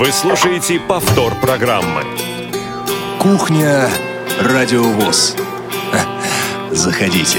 Вы слушаете повтор программы. Кухня Радиовоз. Заходите.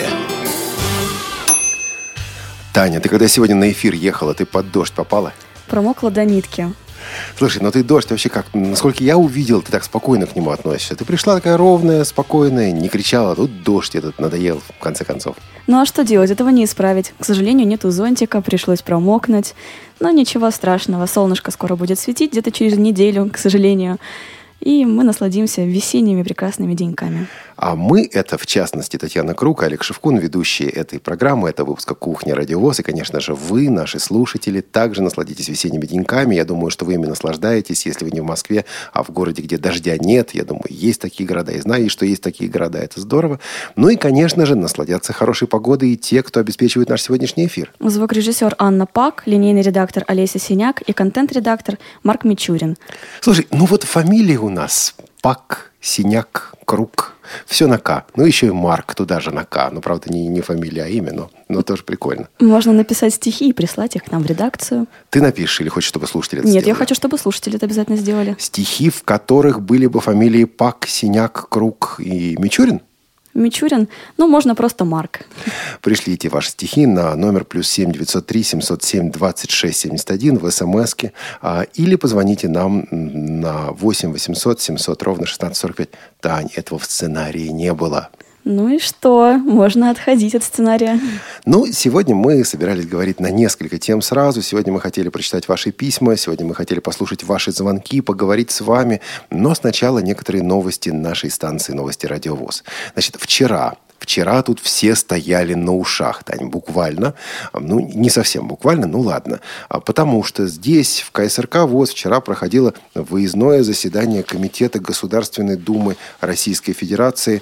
Таня, ты когда сегодня на эфир ехала, ты под дождь попала? Промокла до нитки. Слушай, ну ты дождь вообще как... Насколько я увидел, ты так спокойно к нему относишься. Ты пришла такая ровная, спокойная, не кричала. Тут дождь этот надоел, в конце концов. Ну а что делать? Этого не исправить. К сожалению, нету зонтика, пришлось промокнуть. Но ничего страшного, солнышко скоро будет светить, где-то через неделю, к сожалению. И мы насладимся весенними прекрасными деньками. А мы, это в частности Татьяна Круг, Олег Шевкун, ведущие этой программы, это выпуска «Кухня Радиовоз». И, конечно же, вы, наши слушатели, также насладитесь весенними деньками. Я думаю, что вы ими наслаждаетесь, если вы не в Москве, а в городе, где дождя нет. Я думаю, есть такие города. И знаю, что есть такие города. Это здорово. Ну и, конечно же, насладятся хорошей погодой и те, кто обеспечивает наш сегодняшний эфир. Звукорежиссер Анна Пак, линейный редактор Олеся Синяк и контент-редактор Марк Мичурин. Слушай, ну вот фамилии у нас Пак, Синяк, Круг. Все на К. Ну, еще и Марк туда же на К. Ну, правда, не фамилия, а имя, но тоже прикольно. Можно написать стихи и прислать их к нам в редакцию. Ты напишешь или хочешь, чтобы слушатели это Нет, сделали? я хочу, чтобы слушатели это обязательно сделали. Стихи, в которых были бы фамилии Пак, Синяк, Круг и Мичурин? Мичурин, ну, можно просто Марк. Пришлите ваши стихи на номер +7 903 707 26 71 в СМСке или позвоните нам на 8 800 700 ровно 1645. Тань, этого в сценарии не было. Ну и что? Можно отходить от сценария. Ну, сегодня мы собирались говорить на несколько тем сразу. Сегодня мы хотели прочитать ваши письма, сегодня мы хотели послушать ваши звонки, поговорить с вами. Но сначала некоторые новости нашей станции «Новости Радиовоз». Значит, вчера тут все стояли на ушах, Тань, буквально. Ну, не совсем буквально, ну ладно. Потому что здесь, в КСРК ВОЗ, вчера проходило выездное заседание Комитета Государственной Думы Российской Федерации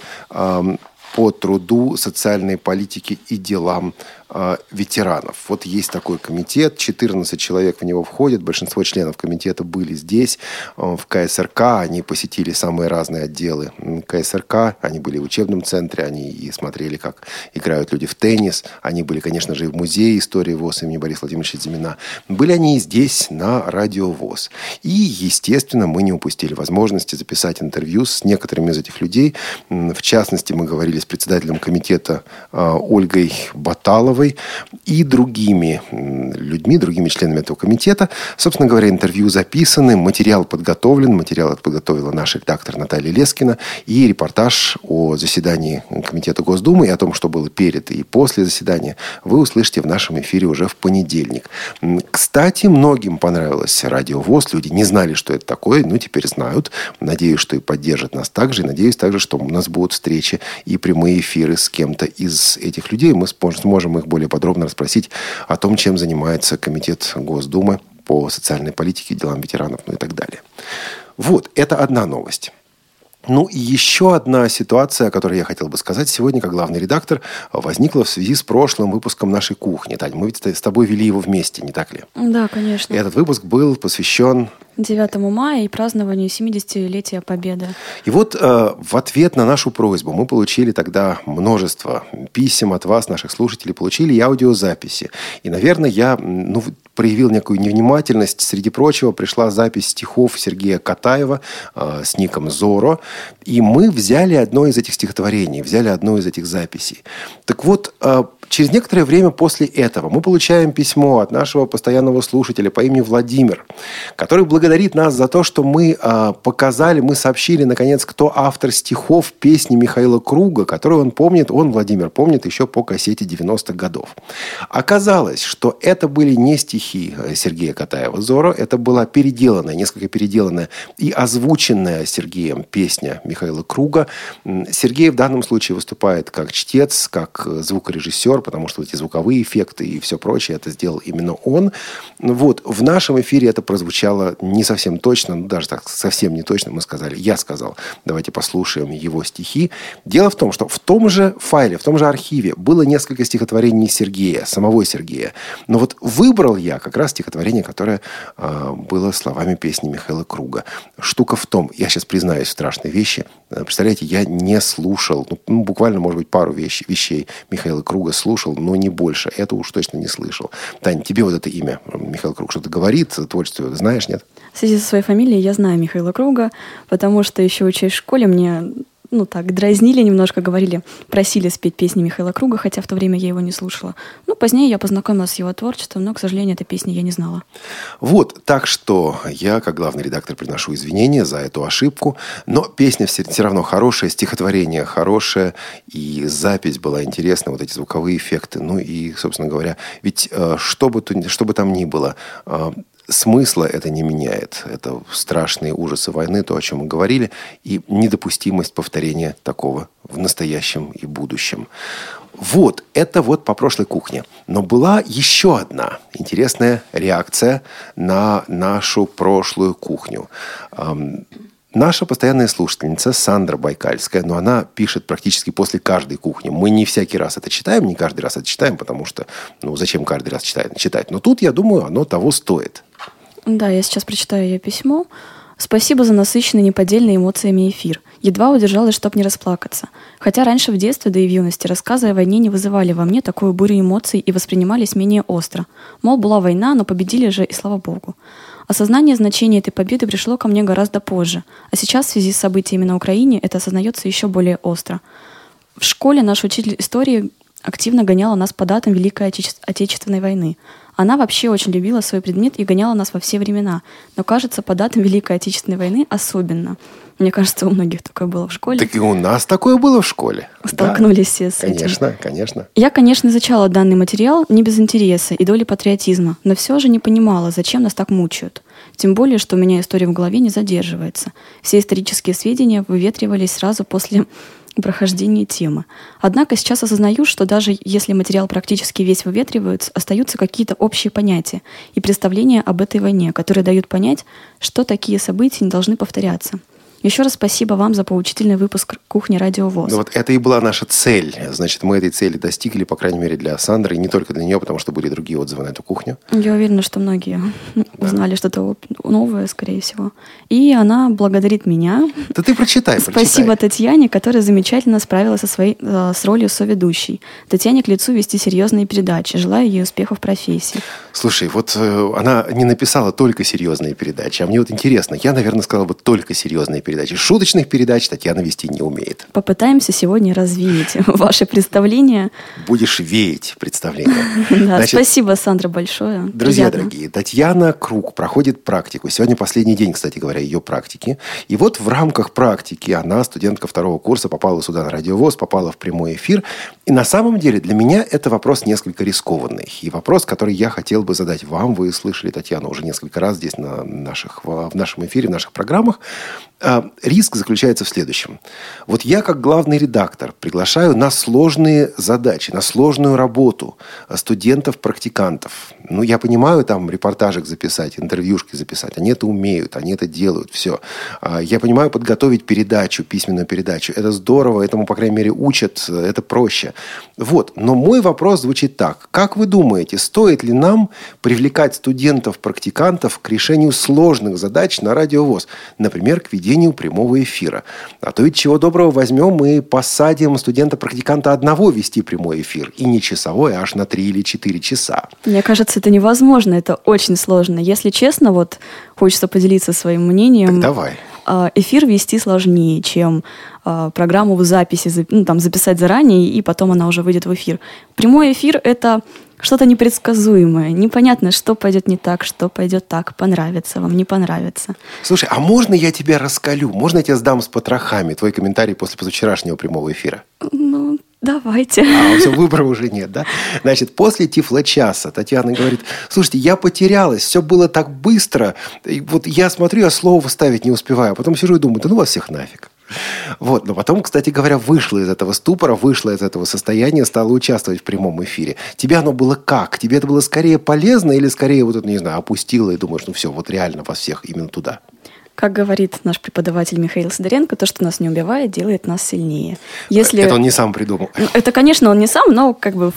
по труду, социальной политике и делам ветеранов. Вот есть такой комитет, 14 человек в него входят, большинство членов комитета были здесь, в КСРК, они посетили самые разные отделы КСРК, они были в учебном центре, они и смотрели, как играют люди в теннис, они были, конечно же, и в музее истории ВОЗ имени Бориса Владимировича Зимина. Были они и здесь, на Радио ВОЗ. И, естественно, мы не упустили возможности записать интервью с некоторыми из этих людей. В частности, мы говорили с председателем комитета Ольгой Баталовой и другими людьми, другими членами этого комитета. Собственно говоря, интервью записаны, материал подготовлен. Материал это подготовила наш редактор Наталья Лескина. И репортаж о заседании Комитета Госдумы и о том, что было перед и после заседания, вы услышите в нашем эфире уже в понедельник. Кстати, многим понравилось Радио ВОЗ. Люди не знали, что это такое, но теперь знают. Надеюсь, что и поддержат нас также. И надеюсь также, что у нас будут встречи и прямые эфиры с кем-то из этих людей. Мы сможем их более подробно расспросить о том, чем занимается Комитет Госдумы по социальной политике, делам ветеранов, ну и так далее. Вот, это одна новость. Ну и еще одна ситуация, о которой я хотел бы сказать сегодня, как главный редактор, возникла в связи с прошлым выпуском нашей кухни. Тань, мы ведь с тобой вели его вместе, не так ли? Да, конечно. И этот выпуск был посвящен 9 мая и празднованию 70-летия Победы. И вот в ответ на нашу просьбу мы получили тогда множество писем от вас, наших слушателей, получили и аудиозаписи. И, наверное, я проявил некую невнимательность. Среди прочего пришла запись стихов Сергея Катаева с ником Зоро. И мы взяли одно из этих стихотворений, взяли одну из этих записей. Так вот, через некоторое время после этого мы получаем письмо от нашего постоянного слушателя по имени Владимир, который благодарит нас за то, что мы мы сообщили, наконец, кто автор стихов песни Михаила Круга, которую он помнит, Владимир, помнит еще по кассете 90-х годов. Оказалось, что это были не стихи Сергея Катаева «Зоро», это была несколько переделанная и озвученная Сергеем песня Михаила Круга. Сергей в данном случае выступает как чтец, как звукорежиссер, потому что эти звуковые эффекты и все прочее, это сделал именно он. Вот, в нашем эфире это прозвучало не совсем точно, даже так совсем не точно. Я сказал, давайте послушаем его стихи. Дело в том, что в том же файле, в том же архиве было несколько стихотворений Сергея, самого Сергея. Но вот выбрал я как раз стихотворение, которое было словами песни Михаила Круга. Штука в том, я сейчас признаюсь в страшной вещи. Представляете, я не слушал, буквально, может быть, пару вещей Михаила Круга слушал. слушал, но не больше. Это уж точно не слышал. Тань, тебе вот это имя Михаил Круг что-то говорит? Творчество знаешь, нет? В связи со своей фамилией я знаю Михаила Круга, потому что еще учась в школе мне дразнили немножко, говорили, просили спеть песни Михаила Круга, хотя в то время я его не слушала. Позднее я познакомилась с его творчеством, но, к сожалению, этой песни я не знала. Вот, так что я, как главный редактор, приношу извинения за эту ошибку, но песня все равно хорошая, стихотворение хорошее, и запись была интересная, вот эти звуковые эффекты. И, собственно говоря, ведь что бы там ни было, смысла это не меняет. Это страшные ужасы войны, то, о чем мы говорили, и недопустимость повторения такого в настоящем и будущем. Вот, это вот по прошлой кухне. Но была еще одна интересная реакция на нашу прошлую кухню. Наша постоянная слушательница Сандра Байкальская, но она пишет практически после каждой кухни. Мы не всякий раз это читаем, не каждый раз это читаем, потому что, зачем каждый раз читать? Но тут, я думаю, оно того стоит. Да, я сейчас прочитаю ее письмо. «Спасибо за насыщенный неподдельный эмоциями эфир. Едва удержалась, чтоб не расплакаться. Хотя раньше в детстве, да и в юности, рассказы о войне не вызывали во мне такую бурю эмоций и воспринимались менее остро. Мол, была война, но победили же, и слава богу. Осознание значения этой победы пришло ко мне гораздо позже, а сейчас в связи с событиями на Украине это осознается еще более остро. В школе наш учитель истории активно гоняла нас по датам Великой Отечественной войны. Она вообще очень любила свой предмет и гоняла нас во все времена. Но, кажется, по датам Великой Отечественной войны особенно. Мне кажется, у многих такое было в школе. Так и у нас такое было в школе. Столкнулись все с этим. Конечно. Я, конечно, изучала данный материал не без интереса и доли патриотизма, но все же не понимала, зачем нас так мучают. Тем более, что у меня история в голове не задерживается. Все исторические сведения выветривались сразу после прохождения темы. Однако сейчас осознаю, что даже если материал практически весь выветривается, остаются какие-то общие понятия и представления об этой войне, которые дают понять, что такие события не должны повторяться. Еще раз спасибо вам за поучительный выпуск «Кухни Радио ВОС». Вот это и была наша цель. Значит, мы этой цели достигли, по крайней мере, для Сандры, и не только для нее, потому что были другие отзывы на эту кухню. Я уверена, что многие узнали что-то новое, скорее всего. И она благодарит меня. Да ты прочитай. Спасибо Татьяне, которая замечательно справилась с ролью соведущей. Татьяне к лицу вести серьезные передачи. Желаю ей успехов в профессии. Слушай, вот она не написала только серьезные передачи, а мне вот интересно, я, наверное, сказал бы только серьезные передачи. Шуточных передач Татьяна вести не умеет. Попытаемся сегодня развеять ваше представление. Будешь веять представление. Да, спасибо, Сандра, большое. Друзья дорогие, Татьяна Круг проходит практику. Сегодня последний день, кстати говоря, ее практики. И вот в рамках практики она, студентка 2-го курса, попала сюда на Радио ВОС, попала в прямой эфир. И на самом деле для меня это вопрос несколько рискованный. И вопрос, который я хотел бы задать вам. Вы слышали Татьяну уже несколько раз здесь в нашем эфире, в наших программах. Риск заключается в следующем. Вот я, как главный редактор, приглашаю на сложные задачи, на сложную работу студентов-практикантов. Я понимаю, там репортажик записать, интервьюшки записать. Они это умеют, они это делают, все. Я понимаю, подготовить передачу, письменную передачу. Это здорово, этому, по крайней мере, учат, это проще. Вот. Но мой вопрос звучит так. Как вы думаете, стоит ли нам привлекать студентов-практикантов к решению сложных задач на Радио ВОС? Например, к ведению прямого эфира. А то ведь чего доброго возьмем и посадим студента-практиканта одного вести прямой эфир. И не часовой, а аж на 3 или 4 часа. Мне кажется, это невозможно. Это очень сложно. Если честно, вот хочется поделиться своим мнением. Так давай. Эфир вести сложнее, чем программу в записи записать заранее, и потом она уже выйдет в эфир. Прямой эфир – это что-то непредсказуемое. Непонятно, что пойдет не так, что пойдет так. Понравится вам, не понравится. Слушай, а можно я тебя раскалю? Можно я тебя сдам с потрохами? Твой комментарий после позавчерашнего прямого эфира. Давайте. Все, выбора уже нет, да? Значит, после Тифло-часа Татьяна говорит: слушайте, я потерялась, все было так быстро. И вот я смотрю, я слово ставить не успеваю. А потом сижу и думаю, да ну вас всех нафиг. Вот. Но потом, кстати говоря, вышла из этого ступора, вышла из этого состояния, стала участвовать в прямом эфире. Тебе оно было как? Тебе это было скорее полезно или скорее, опустила и думаешь, все, вот реально вас всех именно туда? Как говорит наш преподаватель Михаил Сидоренко, то, что нас не убивает, делает нас сильнее. Это он не сам придумал. Это, конечно, он не сам, но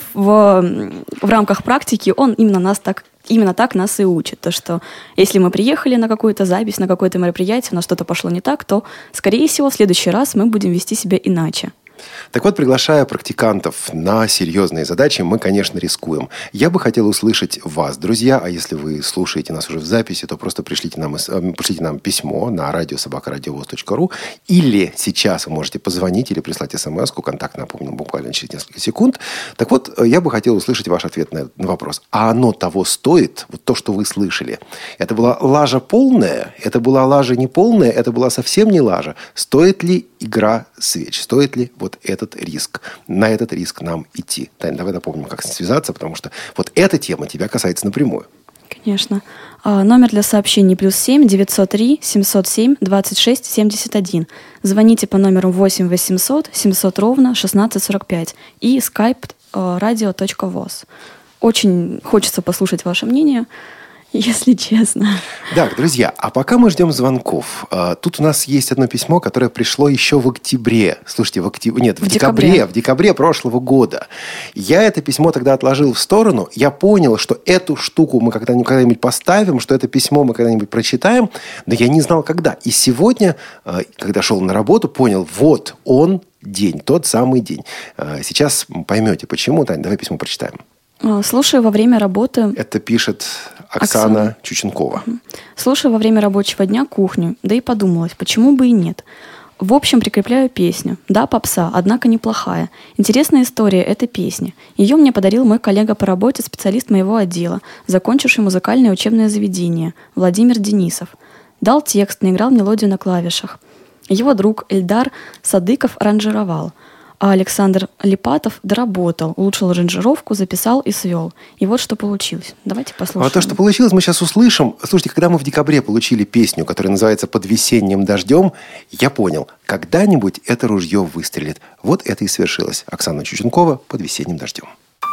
в рамках практики он именно так нас и учит. То, что если мы приехали на какую-то запись, на какое-то мероприятие, у нас что-то пошло не так, то, скорее всего, в следующий раз мы будем вести себя иначе. Так вот, приглашая практикантов на серьезные задачи, мы, конечно, рискуем. Я бы хотел услышать вас, друзья, а если вы слушаете нас уже в записи, то просто пришлите нам письмо на радиособака.радиовос.ру, или сейчас вы можете позвонить или прислать смс-ку, контакт напомню буквально через несколько секунд. Так вот, я бы хотел услышать ваш ответ на вопрос. А оно того стоит? Вот то, что вы слышали. Это была лажа полная? Это была лажа неполная? Это была совсем не лажа? Стоит ли игра свеч? Стоит ли вот этот риск? На этот риск нам идти. Таня, давай напомним, как связаться, потому что вот эта тема тебя касается напрямую. Конечно. Номер для сообщений +7 903 707 26 71. Звоните по номеру 8 800 700 ровно 1645 и skype radio.voz. Очень хочется послушать ваше мнение, если честно. Да, друзья, а пока мы ждем звонков, тут у нас есть одно письмо, которое пришло еще в октябре. Слушайте, в декабре прошлого года. Я это письмо тогда отложил в сторону. Я понял, что эту штуку мы когда-нибудь поставим, что это письмо мы когда-нибудь прочитаем, но я не знал, когда. И сегодня, когда шел на работу, понял, вот он день, тот самый день. Сейчас поймете, почему. Тань, давай письмо прочитаем. Слушаю во время работы... Это пишет Оксана Чученкова. Слушаю во время рабочего дня кухню, да и подумалось, почему бы и нет. В общем, прикрепляю песню. Да, попса, однако неплохая. Интересная история этой песни. Ее мне подарил мой коллега по работе, специалист моего отдела, закончивший музыкальное учебное заведение, Владимир Денисов. Дал текст, наиграл мелодию на клавишах. Его друг Эльдар Садыков аранжировал. А Александр Липатов доработал, улучшил аранжировку, записал и свел. И вот что получилось. Давайте послушаем. А то, что получилось, мы сейчас услышим. Слушайте, когда мы в декабре получили песню, которая называется «Под весенним дождем», я понял, когда-нибудь это ружье выстрелит. Вот это и свершилось. Оксана Чученкова «Под весенним дождем».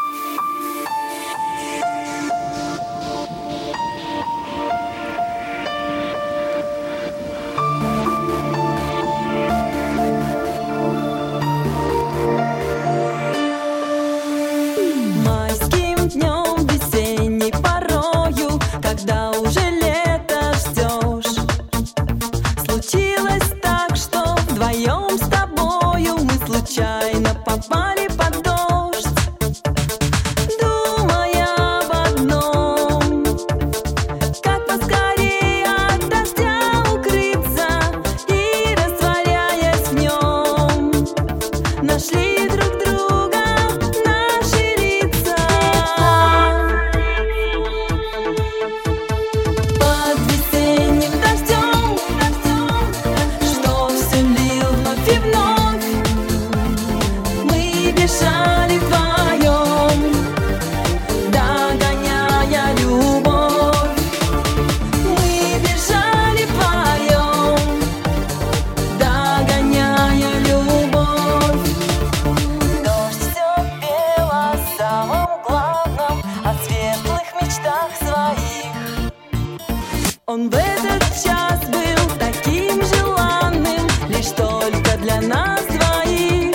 Он в этот час был таким желанным, лишь только для нас двоих.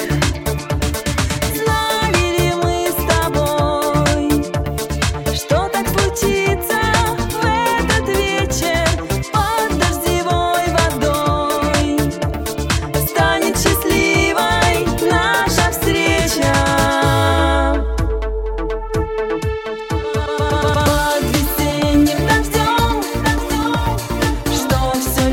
Знали ли мы с тобой, что так случится в этот вечер под дождевой водой? Станет счастливой наша встреча. Под весенним дождем, что все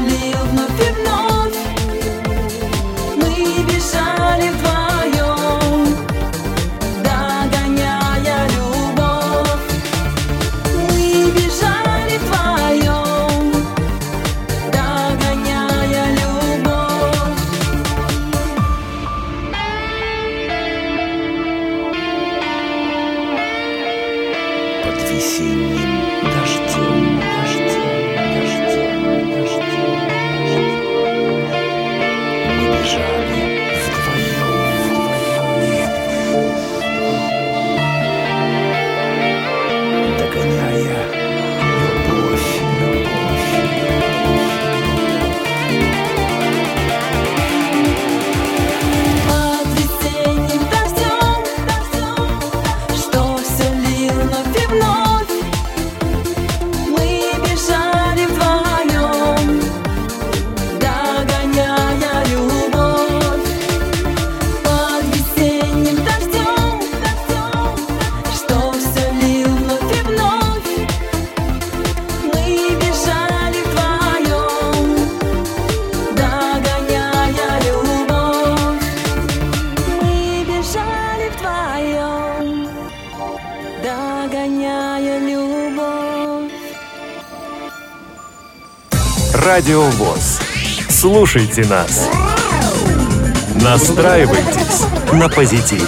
Радио ВОС. Слушайте нас. Настраивайтесь на позитив.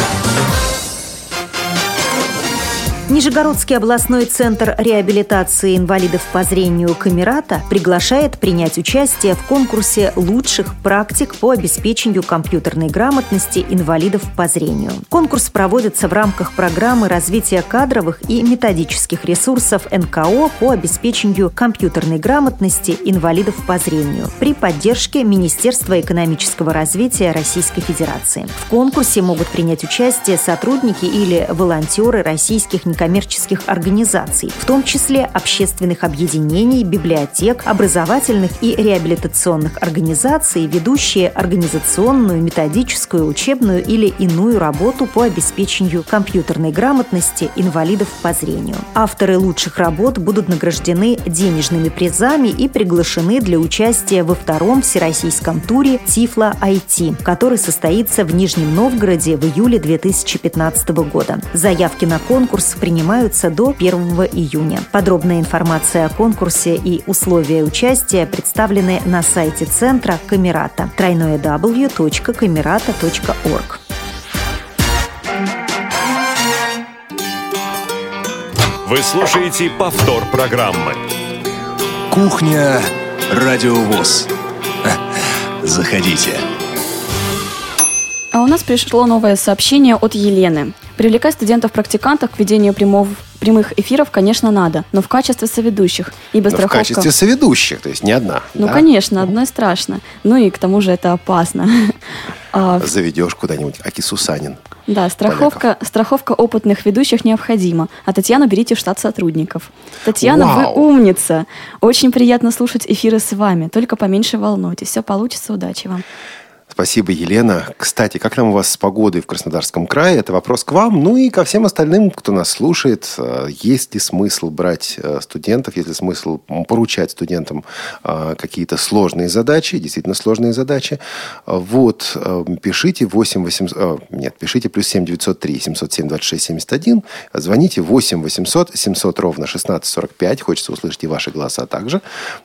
Нижегородский областной центр реабилитации инвалидов по зрению «Камерата» приглашает принять участие в конкурсе лучших практик по обеспечению компьютерной грамотности инвалидов по зрению. Конкурс проводится в рамках программы развития кадровых и методических ресурсов НКО по обеспечению компьютерной грамотности инвалидов по зрению при поддержке Министерства экономического развития Российской Федерации. В конкурсе могут принять участие сотрудники или волонтеры российских некоммерческих организаций, в том числе общественных объединений, библиотек, образовательных и реабилитационных организаций, ведущие организационную, методическую, учебную или иную работу по обеспечению компьютерной грамотности инвалидов по зрению. Авторы лучших работ будут награждены денежными призами и приглашены для участия во втором всероссийском туре Тифло IT, который состоится в Нижнем Новгороде в июле 2015 года. Заявки на конкурс принимаются до 1 июня. Подробная информация о конкурсе и условия участия представлены на сайте центра Камерата www.camerata.org. Вы слушаете повтор программы. Кухня Радио ВОС. Заходите. А у нас пришло новое сообщение от Елены. Привлекать студентов-практикантов к ведению прямых эфиров, конечно, надо, но в качестве соведущих, ибо Но страховка... в качестве соведущих, то есть не одна. Ну, да? конечно, одной страшно. Ну и к тому же это опасно. Заведешь куда-нибудь Аки Сусанин. Да, страховка опытных ведущих необходима. А Татьяну берите в штат сотрудников. Татьяна, Вау. вы умница. Очень приятно слушать эфиры с вами. Только поменьше волнуйтесь. Все получится. Удачи вам. Спасибо, Елена. Кстати, как там у вас с погодой в Краснодарском крае? Это вопрос к вам. Ну и ко всем остальным, кто нас слушает. Есть ли смысл брать студентов? Есть ли смысл поручать студентам какие-то сложные задачи? Действительно сложные задачи. Вот. Пишите пишите +7 903 707 26 71. Звоните 8 800 700 ровно 16 45. Хочется услышать и ваши голоса также.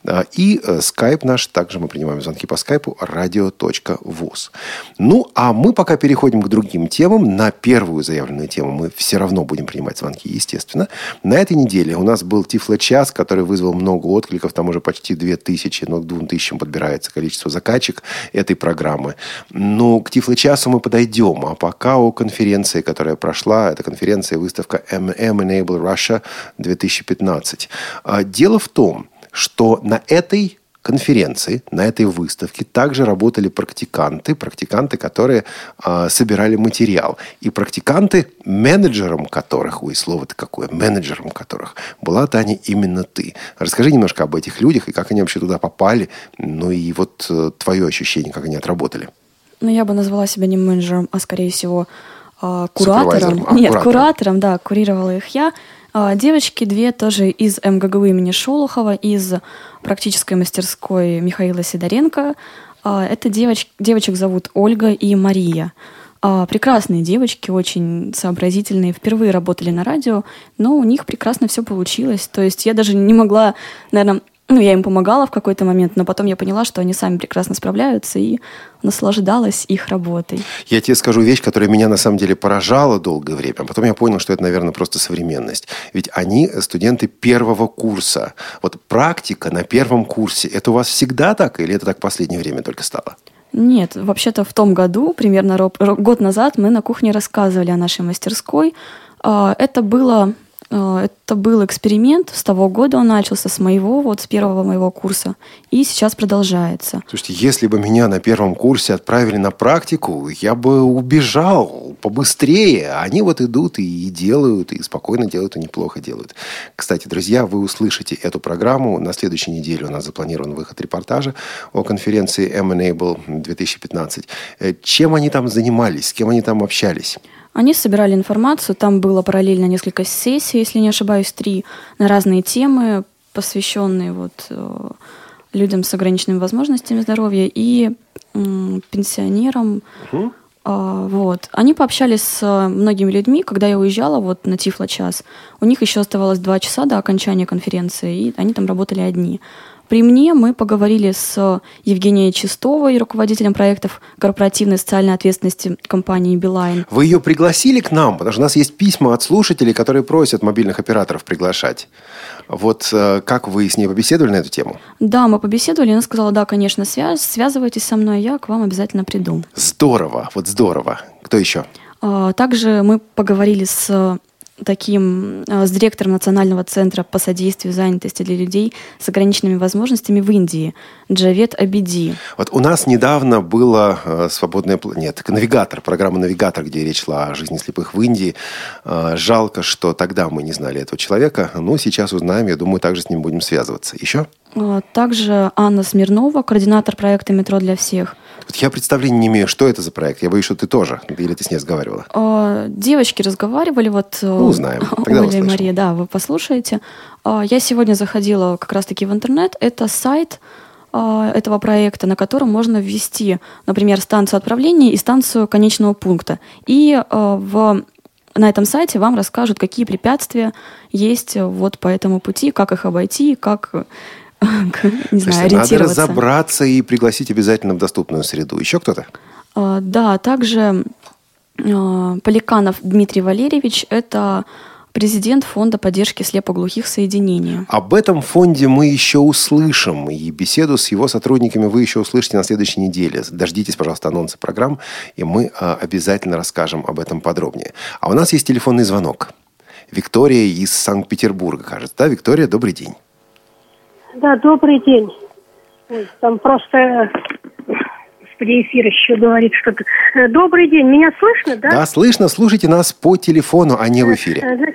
И скайп наш. Также мы принимаем звонки по скайпу radio.voz. Ну, а мы пока переходим к другим темам. На первую заявленную тему мы все равно будем принимать звонки, естественно. На этой неделе у нас был Тифло-час, который вызвал много откликов. Там уже почти 2000, но к 2000 подбирается количество заказчик этой программы. Но к Тифло-часу мы подойдем. А пока о конференции, которая прошла. Это конференция и выставка M-Enable Russia 2015. Дело в том, что на этой конференции, на этой выставке также работали практиканты, которые собирали материал. И практиканты, менеджером которых, слово-то какое, менеджером которых была, Таня, именно ты. Расскажи немножко об этих людях и как они вообще туда попали, ну и вот твое ощущение, как они отработали. Ну, я бы назвала себя не менеджером, а, скорее всего, куратором. Куратором, да, курировала их я. Девочки две тоже из МГГУ имени Шолохова, из практической мастерской Михаила Сидоренко. Это девочек зовут Ольга и Мария. Прекрасные девочки, очень сообразительные, впервые работали на радио, но у них прекрасно все получилось. То есть я даже не могла, наверное... я им помогала в какой-то момент, но потом я поняла, что они сами прекрасно справляются, и наслаждалась их работой. Я тебе скажу вещь, которая меня на самом деле поражала долгое время, а потом я понял, что это, наверное, просто современность. Ведь они студенты первого курса. Вот практика на первом курсе, это у вас всегда так, или это так в последнее время только стало? Нет, вообще-то в том году, примерно год назад, мы на кухне рассказывали о нашей мастерской. Это был эксперимент, с того года он начался, с первого моего курса, и сейчас продолжается. Слушайте, если бы меня на первом курсе отправили на практику, я бы убежал побыстрее. Они вот идут и делают, и спокойно делают, и неплохо делают. Кстати, друзья, вы услышите эту программу. На следующей неделе у нас запланирован выход репортажа о конференции M-Enable 2015. Чем они там занимались, с кем они там общались? Они собирали информацию, там было параллельно несколько сессий, если не ошибаюсь, 3, на разные темы, посвященные людям с ограниченными возможностями здоровья и пенсионерам. Они пообщались с многими людьми, когда я уезжала на Тифло-час. У них еще оставалось 2 часа до окончания конференции, и они там работали одни. При мне мы поговорили с Евгенией Чистовой, руководителем проектов корпоративной социальной ответственности компании «Билайн». Вы ее пригласили к нам? Потому что у нас есть письма от слушателей, которые просят мобильных операторов приглашать. Вот как вы с ней побеседовали на эту тему? Да, мы побеседовали, она сказала, да, конечно, связывайтесь со мной, я к вам обязательно приду. Здорово, вот здорово. Кто еще? Также мы поговорили с директором Национального центра по содействию занятости для людей с ограниченными возможностями в Индии, Джавед Абиди. Вот у нас недавно было программа «Навигатор», где речь шла о жизни слепых в Индии. Жалко, что тогда мы не знали этого человека, но сейчас узнаем, я думаю, также с ним будем связываться. Еще? Также Анна Смирнова, координатор проекта «Метро для всех». Вот я представления не имею, что это за проект. Я боюсь, что ты тоже. Или ты с ней разговаривала? Девочки разговаривали. Узнаем. Тогда Оля и Мария, да, вы послушаете. Я сегодня заходила как раз-таки в интернет. Это сайт этого проекта, на котором можно ввести, например, станцию отправления и станцию конечного пункта. И на этом сайте вам расскажут, какие препятствия есть вот по этому пути, как их обойти, как... ориентироваться. Надо разобраться и пригласить обязательно в доступную среду. Еще кто-то? Да, также Поликанов Дмитрий Валерьевич, это президент фонда поддержки слепоглухих «Соединение». Об этом фонде мы еще услышим. И беседу с его сотрудниками вы еще услышите на следующей неделе. Дождитесь, пожалуйста, анонса программ, и мы обязательно расскажем об этом подробнее. А у нас есть телефонный звонок. Виктория из Санкт-Петербурга, кажется. Да, Виктория, добрый день. Да, добрый день. Ой, там просто... Господи, эфир еще говорит что-то. Добрый день. Меня слышно, да? Да, слышно. Слушайте нас по телефону, а не в эфире.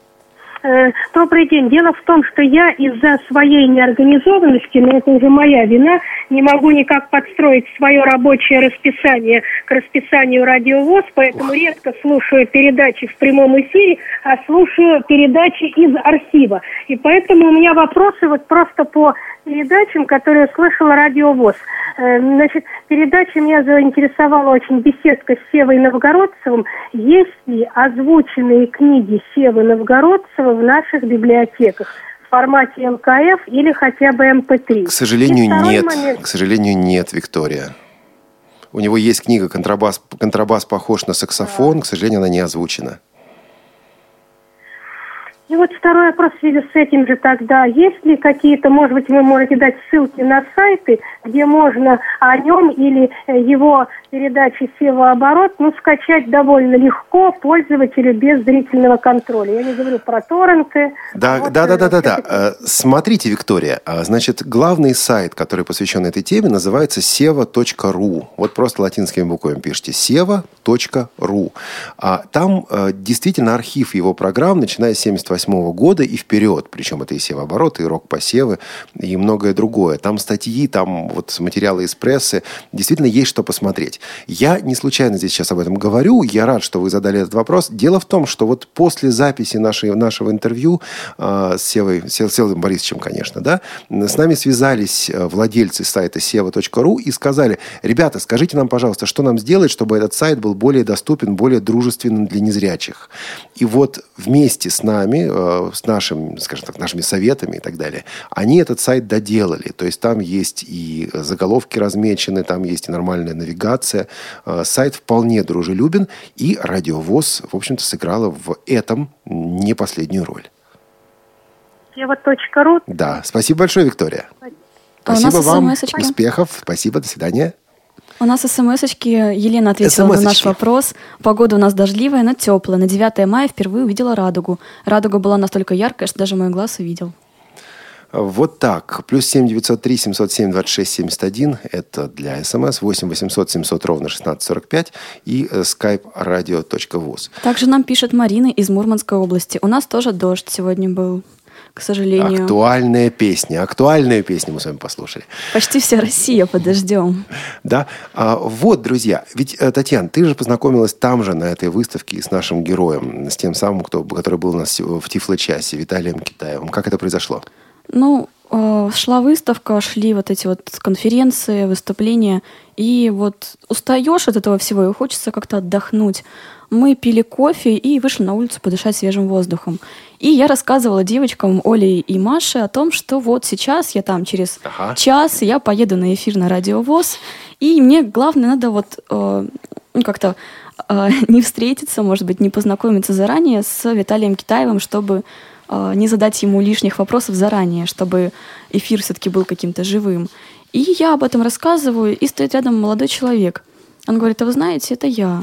Добрый день. Дело в том, что я из-за своей неорганизованности, но это уже моя вина, не могу никак подстроить свое рабочее расписание к расписанию Радио ВОС, поэтому редко слушаю передачи в прямом эфире, а слушаю передачи из архива. И поэтому у меня вопросы вот просто по передачам, которые слышала Радио ВОС. Значит, передача меня заинтересовала очень беседка с Севой Новгородцевым. Есть ли озвученные книги Севы Новгородцева в наших библиотеках в формате МКФ или хотя бы МП3? К сожалению, нет. К сожалению, нет, Виктория. У него есть книга «Контрабас похож на саксофон». К сожалению, она не озвучена. И вот второй вопрос в связи с этим же тогда. Есть ли какие-то, может быть, вы можете дать ссылки на сайты, где можно о нем или его передачи «Севооборот» скачать довольно легко пользователю без зрительного контроля? Я не говорю про торренты. Да. Смотрите, Виктория, значит, главный сайт, который посвящен этой теме, называется seva.ru. Вот просто латинскими буквами пишите seva.ru. Там действительно архив его программ, начиная с 1978 года и вперед. Причем это и «Севооборот», и «Рок-посевы», и многое другое. Там статьи, там вот материалы из прессы. Действительно, есть что посмотреть. Я не случайно здесь сейчас об этом говорю. Я рад, что вы задали этот вопрос. Дело в том, что вот после записи нашего интервью с Севой Борисовичем, конечно, да, с нами связались владельцы сайта seva.ru и сказали: ребята, скажите нам, пожалуйста, что нам сделать, чтобы этот сайт был более доступен, более дружественным для незрячих. И вот вместе с нами, с нашими советами и так далее, они этот сайт доделали. То есть там есть и заголовки размечены, там есть и нормальная навигация. Сайт вполне дружелюбен, и Радио ВОС, в общем-то, сыграла в этом не последнюю роль. Seva.ru. Да, спасибо большое, Виктория. Спасибо вам, успехов, спасибо, до свидания. У нас смс-очки. Елена ответила на наш вопрос. Погода у нас дождливая, но теплая. На 9 мая впервые увидела радугу. Радуга была настолько яркая, что даже мой глаз увидел. Вот так. +7 903 707 26 71. Это для СМС. 8 800 700 ровно 1645. И skype radio.voz. Также нам пишет Марина из Мурманской области. У нас тоже дождь сегодня был, к сожалению. Актуальная песня мы с вами послушали. Почти вся Россия под дождем. Да. Вот, друзья, ведь, Татьяна, ты же познакомилась там же, на этой выставке, с нашим героем, с тем самым, который был у нас в Тифло-часе, Виталием Китаевым. Как это произошло? Шла выставка, шли вот эти вот конференции, выступления, И вот устаешь от этого всего, и хочется как-то отдохнуть. Мы пили кофе и вышли на улицу подышать свежим воздухом. И я рассказывала девочкам Оле и Маше о том, что вот сейчас я там через час я поеду на эфир на Радио ВОС, и мне главное надо вот как-то не встретиться, может быть, не познакомиться заранее с Виталием Китаевым, чтобы не задать ему лишних вопросов заранее, чтобы эфир все-таки был каким-то живым. И я об этом рассказываю, и стоит рядом молодой человек. Он говорит: а вы знаете, это я.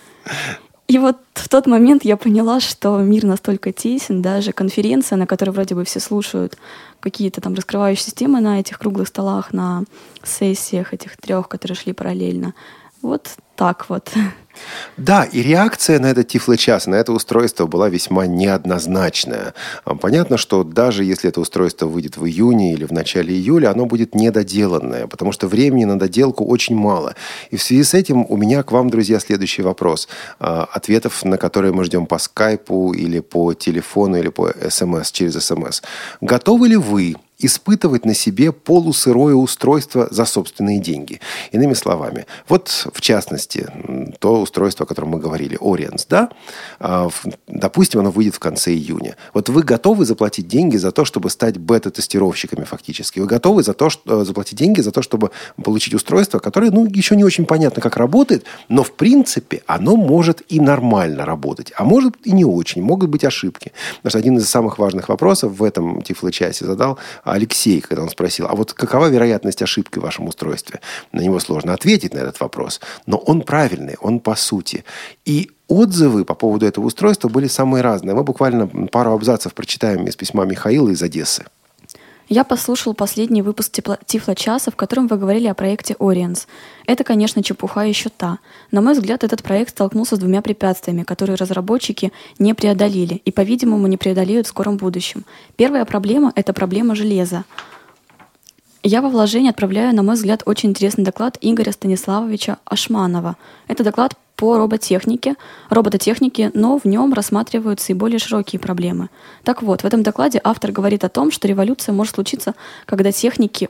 И вот в тот момент я поняла, что мир настолько тесен, даже конференция, на которой вроде бы все слушают какие-то там раскрывающиеся темы на этих круглых столах, на сессиях этих 3, которые шли параллельно. Вот так вот. Да, и реакция на этот тифлочас, на это устройство была весьма неоднозначная. Понятно, что даже если это устройство выйдет в июне или в начале июля, оно будет недоделанное, потому что времени на доделку очень мало. И в связи с этим у меня к вам, друзья, следующий вопрос. Ответов на которые мы ждем по скайпу или по телефону, или по СМС, через СМС. Готовы ли вы испытывать на себе полусырое устройство за собственные деньги? Иными словами, вот в частности, то устройство, о котором мы говорили, Oriens, да? Допустим, оно выйдет в конце июня. Вот вы готовы заплатить деньги за то, чтобы стать бета-тестировщиками фактически? Вы готовы заплатить деньги за то, чтобы получить устройство, которое, еще не очень понятно, как работает, но в принципе оно может и нормально работать, а может и не очень, могут быть ошибки. Потому что один из самых важных вопросов в этом тифлочасе задал Алексей, когда он спросил: а вот какова вероятность ошибки в вашем устройстве? На него сложно ответить, на этот вопрос, но он правильный, он по сути. И отзывы по поводу этого устройства были самые разные. Мы буквально пару абзацев прочитаем из письма Михаила из Одессы. Я послушал последний выпуск Тифлочаса, в котором вы говорили о проекте Oriens. Это, конечно, чепуха еще та. На мой взгляд, этот проект столкнулся с 2 препятствиями, которые разработчики не преодолели и, по-видимому, не преодолеют в скором будущем. Первая проблема — это проблема железа. Я во вложение отправляю, на мой взгляд, очень интересный доклад Игоря Станиславовича Ашманова. Это доклад по робототехнике, но в нем рассматриваются и более широкие проблемы. Так вот, в этом докладе автор говорит о том, что революция может случиться, когда технологии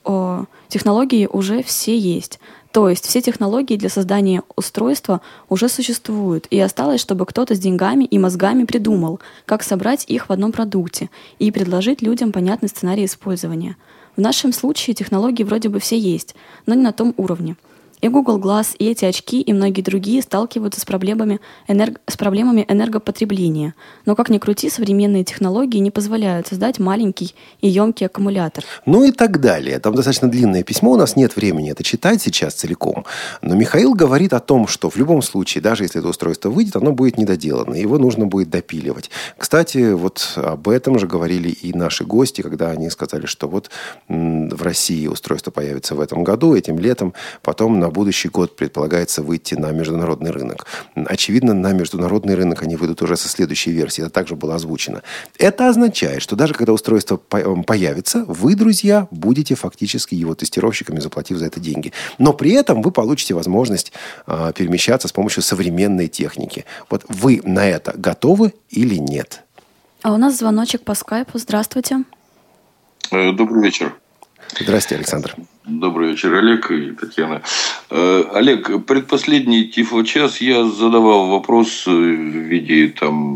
уже все есть. То есть все технологии для создания устройства уже существуют, и осталось, чтобы кто-то с деньгами и мозгами придумал, как собрать их в одном продукте и предложить людям понятный сценарий использования. В нашем случае технологии вроде бы все есть, но не на том уровне. И Google Glass, и эти очки, и многие другие сталкиваются с проблемами энергопотребления. Но, как ни крути, современные технологии не позволяют создать маленький и емкий аккумулятор. Ну и так далее. Там достаточно длинное письмо, у нас нет времени это читать сейчас целиком. Но Михаил говорит о том, что в любом случае, даже если это устройство выйдет, оно будет недоделано, его нужно будет допиливать. Кстати, вот об этом же говорили и наши гости, когда они сказали, что вот в России устройство появится в этом году, этим летом, потом на будущий год предполагается выйти на международный рынок. Очевидно, на международный рынок они выйдут уже со следующей версии. Это также было озвучено. Это означает, что даже когда устройство появится, вы, друзья, будете фактически его тестировщиками, заплатив за это деньги. Но при этом вы получите возможность перемещаться с помощью современной техники. Вот вы на это готовы или нет? А у нас звоночек по скайпу. Здравствуйте. Добрый вечер. Здравствуйте, Александр. Добрый вечер, Олег и Татьяна. Олег, предпоследний тифлочас я задавал вопрос в виде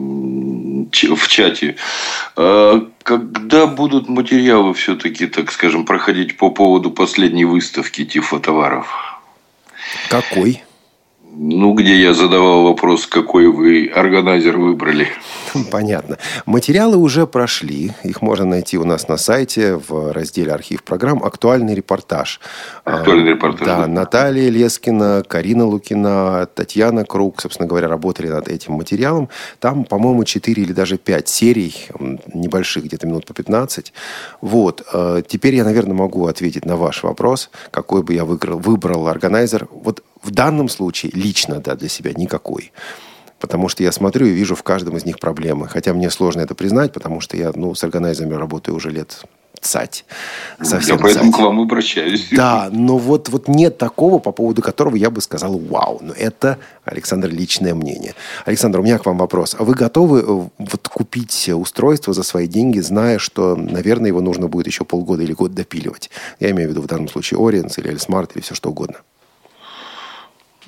в чате. Когда будут материалы все-таки, так скажем, проходить по поводу последней выставки тифлотоваров? Какой? Где я задавал вопрос, какой вы органайзер выбрали. Понятно. Материалы уже прошли. Их можно найти у нас на сайте в разделе «Архив программ». Актуальный репортаж. Актуальный репортаж. Да, Наталья Лескина, Карина Лукина, Татьяна Круг, собственно говоря, работали над этим материалом. Там, по-моему, 4 или даже 5 серий небольших, где-то минут по 15. Вот. Теперь я, наверное, могу ответить на ваш вопрос, какой бы я выбрал органайзер. Вот в данном случае лично, да, для себя никакой. Потому что я смотрю и вижу в каждом из них проблемы. Хотя мне сложно это признать, потому что я с органайзерами работаю уже лет цать. Я поэтому к вам обращаюсь. Да, но вот нет такого, по поводу которого я бы сказал «вау». Но это, Александр, личное мнение. Александр, у меня к вам вопрос. А вы готовы купить устройство за свои деньги, зная, что, наверное, его нужно будет еще полгода или год допиливать? Я имею в виду в данном случае Oriens или Smart или все что угодно.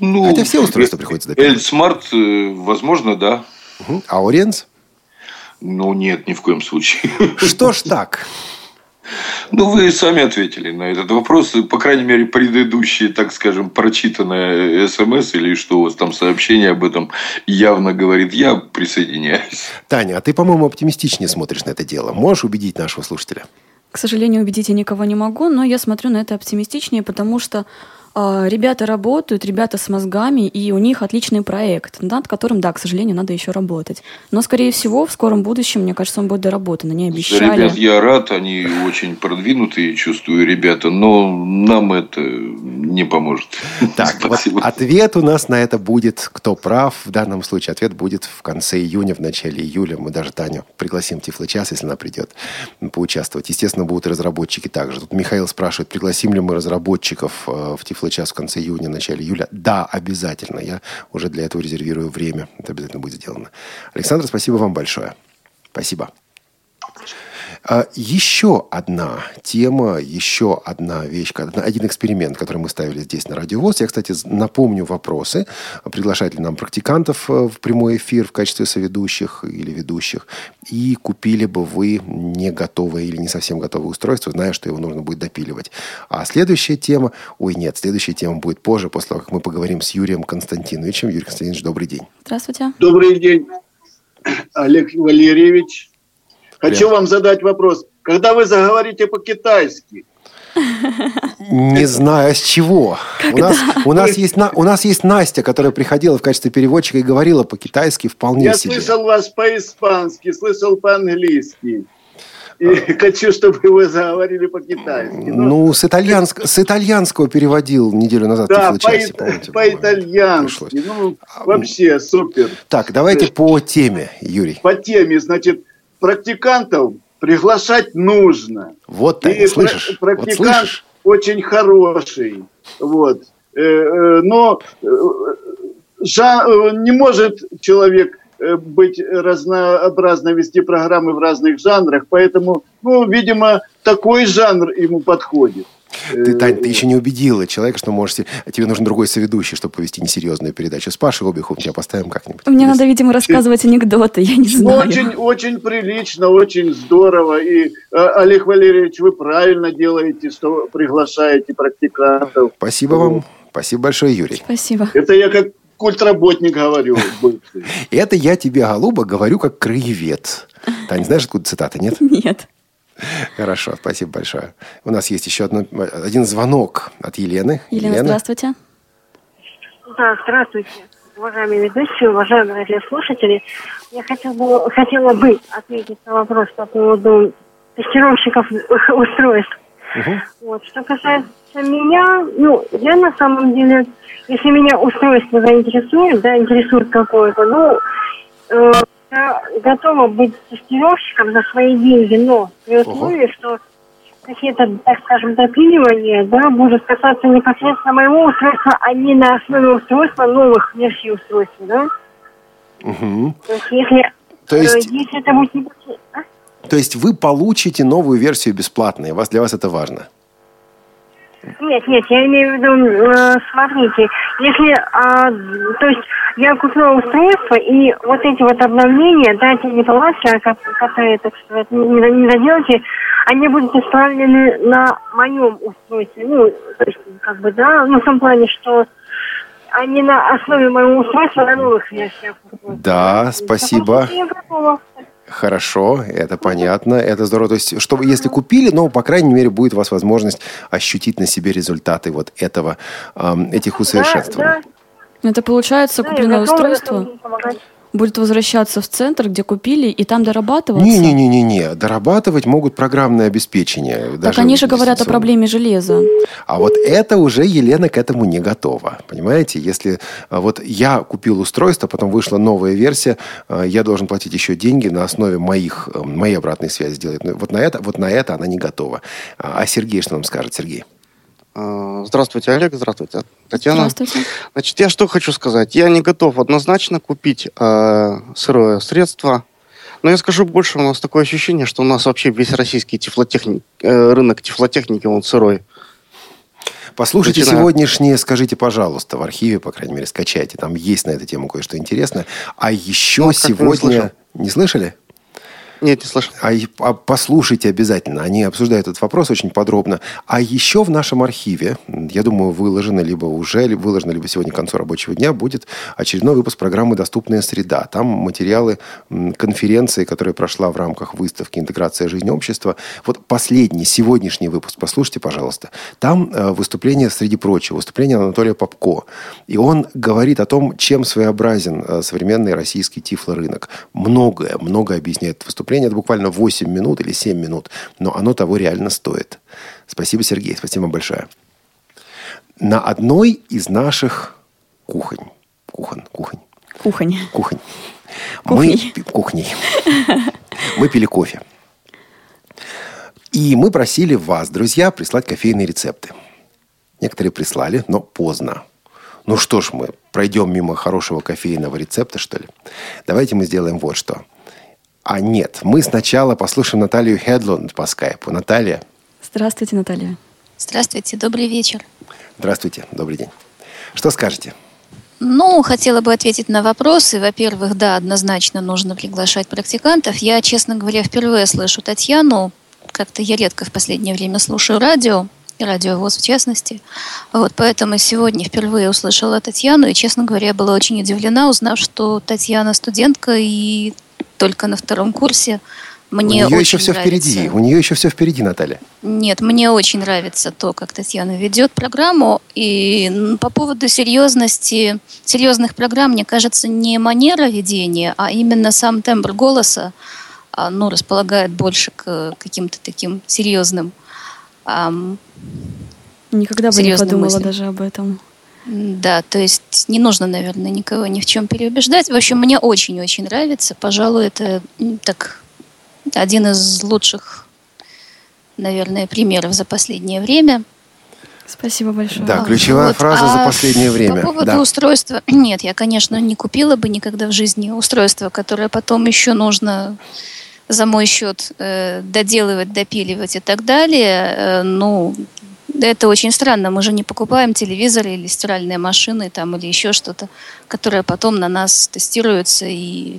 Ну, Хотя все устройства приходится допиливать. Эльсмарт, возможно, да. А Ориенс? Ну, нет, ни в коем случае. Что ж так? Ну, вы сами ответили на этот вопрос. По крайней мере, предыдущие, так скажем, прочитанное СМС или что у вас там сообщение об этом явно говорит. Я присоединяюсь. Таня, а ты, по-моему, оптимистичнее смотришь на это дело. Можешь убедить нашего слушателя? К сожалению, убедить я никого не могу, но я смотрю на это оптимистичнее, потому что ребята работают, ребята с мозгами, и у них отличный проект, над которым, да, к сожалению, надо еще работать. Но, скорее всего, в скором будущем, мне кажется, он будет доработан. Они обещали. Ребят, я рад, они очень продвинутые, чувствую, ребята, но нам это не поможет. Так, вот ответ у нас на это будет, кто прав. В данном случае ответ будет в конце июня, в начале июля. Мы даже Таню пригласим в Тифлочас, если она придет поучаствовать. Естественно, будут и разработчики также. Тут Михаил спрашивает, пригласим ли мы разработчиков в Тифлочас в конце июня, начале июля. Да, обязательно. Я уже для этого резервирую время. Это обязательно будет сделано. Александр, спасибо вам большое. Спасибо. Еще одна тема, еще одна вещь, один эксперимент, который мы ставили здесь на Радио ВОС. Я, кстати, напомню вопросы. Приглашать ли нам практикантов в прямой эфир в качестве соведущих или ведущих? И купили бы вы не готовое или не совсем готовое устройство, зная, что его нужно будет допиливать. А следующая тема... следующая тема будет позже, после того, как мы поговорим с Юрием Константиновичем. Юрий Константинович, добрый день. Здравствуйте. Добрый день, Олег Валерьевич. Хочу вам задать вопрос. Когда вы заговорите по-китайски? Не знаю, с чего. У нас есть Настя, которая приходила в качестве переводчика и говорила по-китайски вполне себе. Я слышал вас по-испански, слышал по-английски. И хочу, чтобы вы заговорили по-китайски. Ну, с итальянского переводил неделю назад. Да, по-итальянски. Ну, вообще супер. Так, давайте по теме, Юрий. По теме, значит, практикантов приглашать нужно. Вот ты слышишь? Практикант очень хороший. Вот. Но не может человек быть разнообразно вести программы в разных жанрах, поэтому, видимо, такой жанр ему подходит. Тань, ты еще не убедила человека, что тебе нужен другой соведущий, чтобы повести несерьезную передачу. С Пашей Обиховым тебя поставим как-нибудь. Мне надо, видимо, рассказывать анекдоты, я не знаю. Очень прилично, очень здорово. И, Олег Валерьевич, вы правильно делаете, что приглашаете практикантов. Спасибо вам. Спасибо большое, Юрий. Спасибо. Это я как культработник говорю. Это я тебе, голуба, говорю как краевед. Тань, знаешь, откуда цитата, нет? Нет. Хорошо, спасибо большое. У нас есть еще один звонок от Елены. Елена, здравствуйте. Да, здравствуйте, уважаемые ведущие, уважаемые радиослушатели. Я хотела бы ответить на вопрос по поводу тестировщиков устройств. Вот. Что касается меня, я на самом деле, если меня устройство заинтересует, интересует какое-то, я готова быть тестировщиком за свои деньги, но при условии, что какие-то, так скажем, допиливания, будут касаться непосредственно моего устройства, а не на основе устройства новых версий устройства, да? То есть, если это будет... То есть вы получите новую версию бесплатно, и для вас это важно? Нет, я имею в виду, смотрите, если, то есть я купила устройство, и вот эти вот обновления, те неполадки, которые, так сказать, не доделки, они будут исправлены на моем устройстве, то есть, в том плане, что они на основе моего устройства на новых версиях. Да, спасибо. Хорошо, это понятно, это здорово. То есть, если купили, по крайней мере, будет у вас возможность ощутить на себе результаты вот этих усовершенствований. Это получается, купленное устройство будет возвращаться в центр, где купили, и там дорабатываться? Не. Дорабатывать могут программное обеспечение. Так они же говорят о проблеме железа. А вот это уже Елена к этому не готова. Понимаете? Если я купил устройство, потом вышла новая версия, я должен платить еще деньги на основе моей обратной связи сделать. Вот на это она не готова. А Сергей что нам скажет? Сергей. Здравствуйте, Олег. Здравствуйте, Татьяна. Здравствуйте. Значит, я что хочу сказать. Я не готов однозначно купить сырое средство. Но я скажу больше, у нас такое ощущение, что у нас вообще весь российский рынок тифлотехники, он сырой. Послушайте начиная... сегодняшнее, скажите, пожалуйста, в архиве, по крайней мере, скачайте. Там есть на эту тему кое-что интересное. А еще сегодня... Не слышали? Нет, не слышал. Послушайте обязательно. Они обсуждают этот вопрос очень подробно. А еще в нашем архиве, я думаю, выложено либо сегодня к концу рабочего дня, будет очередной выпуск программы «Доступная среда». Там материалы конференции, которая прошла в рамках выставки «Интеграция жизни общества». Вот последний, сегодняшний выпуск. Послушайте, пожалуйста. Там выступление, среди прочего, выступление Анатолия Попко. И он говорит о том, чем своеобразен современный российский тифлорынок. Многое объясняет выступление. Это буквально 8 минут или 7 минут. Но оно того реально стоит. Спасибо, Сергей. Спасибо большое. На одной из наших кухонь. Мы пили кофе. И мы просили вас, друзья, прислать кофейные рецепты. Некоторые прислали, но поздно. Ну что ж, мы пройдем мимо хорошего кофейного рецепта, что ли? Давайте мы сделаем вот что. Нет, мы сначала послушаем Наталью Хедлунд по скайпу. Наталья. Здравствуйте, Наталья. Здравствуйте, добрый вечер. Здравствуйте, добрый день. Что скажете? Хотела бы ответить на вопросы. Во-первых, да, однозначно нужно приглашать практикантов. Я, честно говоря, впервые слышу Татьяну. Как-то я редко в последнее время слушаю радио, и Радио ВОС в частности. Поэтому сегодня впервые услышала Татьяну, и, честно говоря, я была очень удивлена, узнав, что Татьяна студентка и только на 2-м курсе. Мне у нее еще все впереди. У нее еще все впереди, Наталья. Нет, мне очень нравится то, как Татьяна ведет программу. И по поводу серьезных программ, мне кажется, не манера ведения, а именно сам тембр голоса располагает больше к каким-то таким серьезным Никогда бы не подумала мыслям. даже об этом. Да, то есть не нужно, наверное, никого ни в чем переубеждать. В общем, мне очень-очень нравится. Пожалуй, это один из лучших, наверное, примеров за последнее время. Спасибо большое. Да, ключевая фраза за последнее время. По поводу устройства. Нет, я, конечно, не купила бы никогда в жизни устройство, которое потом еще нужно за мой счет доделывать, допиливать и так далее. Это очень странно. Мы же не покупаем телевизоры или стиральные машины или еще что-то, которое потом на нас тестируется и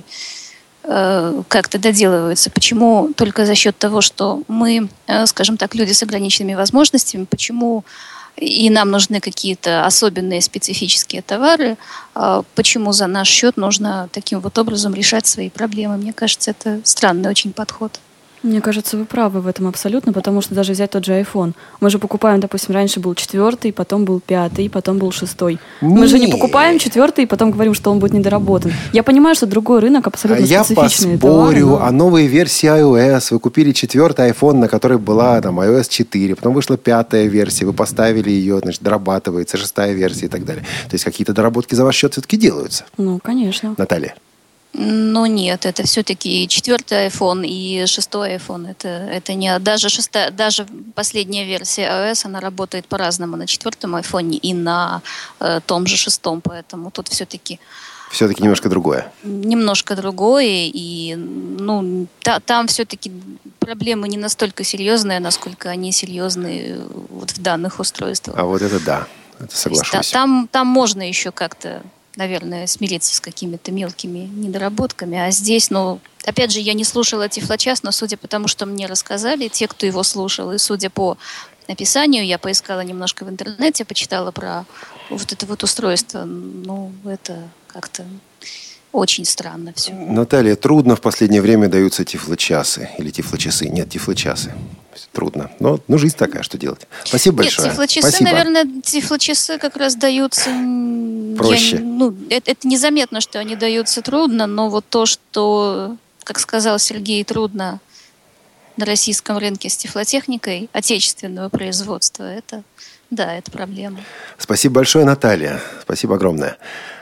как-то доделывается. Почему только за счет того, что мы, скажем так, люди с ограниченными возможностями, почему и нам нужны какие-то особенные специфические товары, почему за наш счет нужно таким вот образом решать свои проблемы? Мне кажется, это странный очень подход. Мне кажется, вы правы в этом абсолютно, потому что даже взять тот же iPhone. Мы же покупаем, допустим, раньше был 4-й, потом был 5-й, потом был 6-й. Мы же не покупаем 4-й и потом говорим, что он будет недоработан. Я понимаю, что другой рынок абсолютно специфичный. Я поспорю, а новые версии iOS. Вы купили 4-й iPhone, на которой была iOS 4, потом вышла 5-я версия, вы поставили ее, дорабатывается 6-я версия и так далее. То есть какие-то доработки за ваш счет все-таки делаются. Конечно. Наталья. Нет, это все-таки 4-й iPhone и 6-й iPhone. Это не даже последняя версия iOS, она работает по-разному на 4-м iPhone и на том же 6-м, поэтому тут все-таки немножко другое. Немножко другое, и там все-таки проблемы не настолько серьезные, насколько они серьезные в данных устройствах. А вот это да, это соглашусь. Там можно еще как-то, наверное, смириться с какими-то мелкими недоработками. А здесь, опять же, я не слушала Тифлочас, но судя по тому, что мне рассказали, те, кто его слушал, и судя по описанию, я поискала немножко в интернете, почитала про вот это вот устройство. Это как-то очень странно все. Наталья, трудно в последнее время даются тифлочасы. Или тифлочасы. Нет, тифлочасы. Трудно. Но жизнь такая, что делать. Спасибо большое. Нет, тифлочасы, наверное, тифлочасы как раз даются проще. Это незаметно, что они даются трудно, но вот то, что, как сказал Сергей, трудно на российском рынке с тифлотехникой отечественного производства, это проблема. Спасибо большое, Наталья. Спасибо огромное.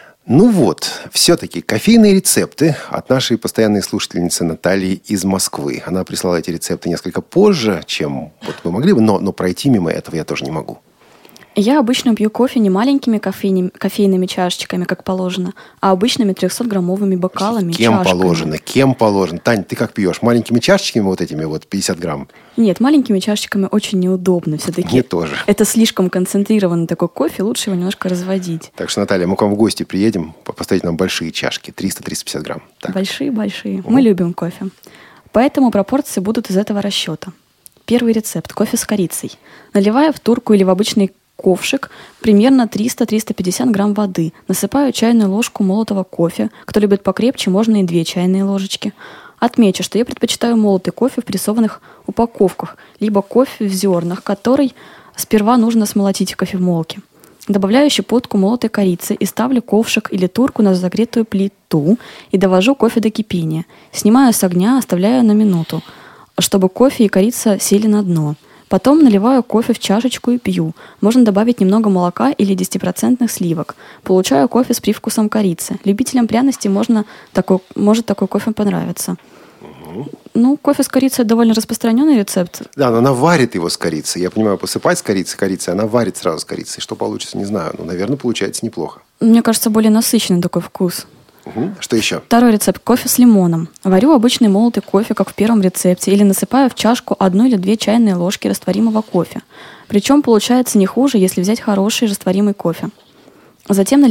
Все-таки кофейные рецепты от нашей постоянной слушательницы Натальи из Москвы. Она прислала эти рецепты несколько позже, чем мы могли бы, но пройти мимо этого я тоже не могу. Я обычно пью кофе не маленькими кофейными чашечками, как положено, а обычными 300-граммовыми бокалами, чашками. Кем положено? Тань, ты как пьешь? Маленькими чашечками вот этими вот 50 грамм? Нет, маленькими чашечками очень неудобно все-таки. Мне тоже. Это слишком концентрированный такой кофе, лучше его немножко разводить. Так что, Наталья, мы к вам в гости приедем, поставить нам большие чашки, 300-350 грамм. Так. Большие. Мы любим кофе. Поэтому пропорции будут из этого расчета. Первый рецепт – кофе с корицей. Наливая в турку или в обычный ковшик примерно 300-350 грамм воды. Насыпаю чайную ложку молотого кофе. Кто любит покрепче, можно и 2 чайные ложечки. Отмечу, что я предпочитаю молотый кофе в прессованных упаковках, либо кофе в зернах, который сперва нужно смолотить в кофемолке. Добавляю щепотку молотой корицы и ставлю ковшик или турку на разогретую плиту и довожу кофе до кипения. Снимаю с огня, оставляю на минуту, чтобы кофе и корица сели на дно. Потом наливаю кофе в чашечку и пью. Можно добавить немного молока или 10% сливок. Получаю кофе с привкусом корицы. Любителям пряностей может такой кофе понравиться. Ну, кофе с корицей довольно распространенный рецепт. Да, но она варит его с корицей. Я понимаю, посыпать с корицей, она варит сразу с корицей. Что получится, не знаю. Но, наверное, получается неплохо. Мне кажется, более насыщенный такой вкус. Что еще? Второй рецепт – кофе с лимоном. Варю обычный молотый кофе, как в первом рецепте, или насыпаю в чашку 1 или 2 чайные ложки растворимого кофе. Причем получается не хуже, если взять хороший растворимый кофе. Затем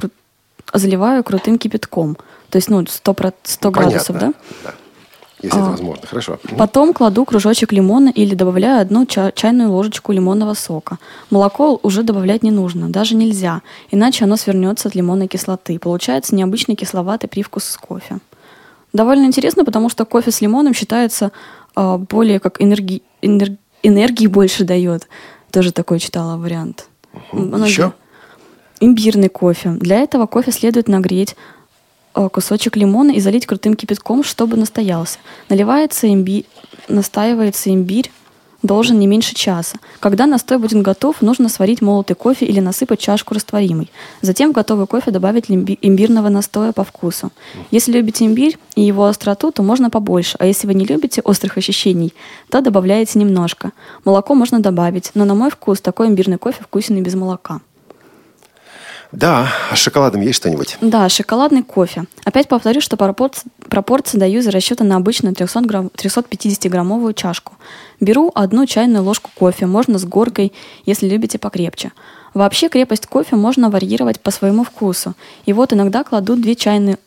заливаю крутым кипятком. То есть 100 градусов, да? Да. Если это возможно. Хорошо. Потом кладу кружочек лимона или добавляю 1 чайную ложечку лимонного сока. Молоко уже добавлять не нужно, даже нельзя, иначе оно свернется от лимонной кислоты. Получается необычный кисловатый привкус с кофе. Довольно интересно, потому что кофе с лимоном считается более как энергии больше дает. Тоже такой читала вариант. Еще? Имбирный кофе. Для этого кофе следует нагреть кусочек лимона и залить крутым кипятком, чтобы настоялся. Настаивается имбирь, должен не меньше часа. Когда настой будет готов, нужно сварить молотый кофе или насыпать чашку растворимой. Затем в готовый кофе добавить имбирного настоя по вкусу. Если любите имбирь и его остроту, то можно побольше, а если вы не любите острых ощущений, то добавляете немножко. Молоко можно добавить, но на мой вкус такой имбирный кофе вкусен и без молока. Да, а с шоколадом есть что-нибудь? Да, шоколадный кофе. Опять повторю, что пропорции даю из расчета на обычную 350-граммовую чашку. Беру 1 чайную ложку кофе, можно с горкой, если любите покрепче. Вообще крепость кофе можно варьировать по своему вкусу. И вот иногда кладу 2 чайные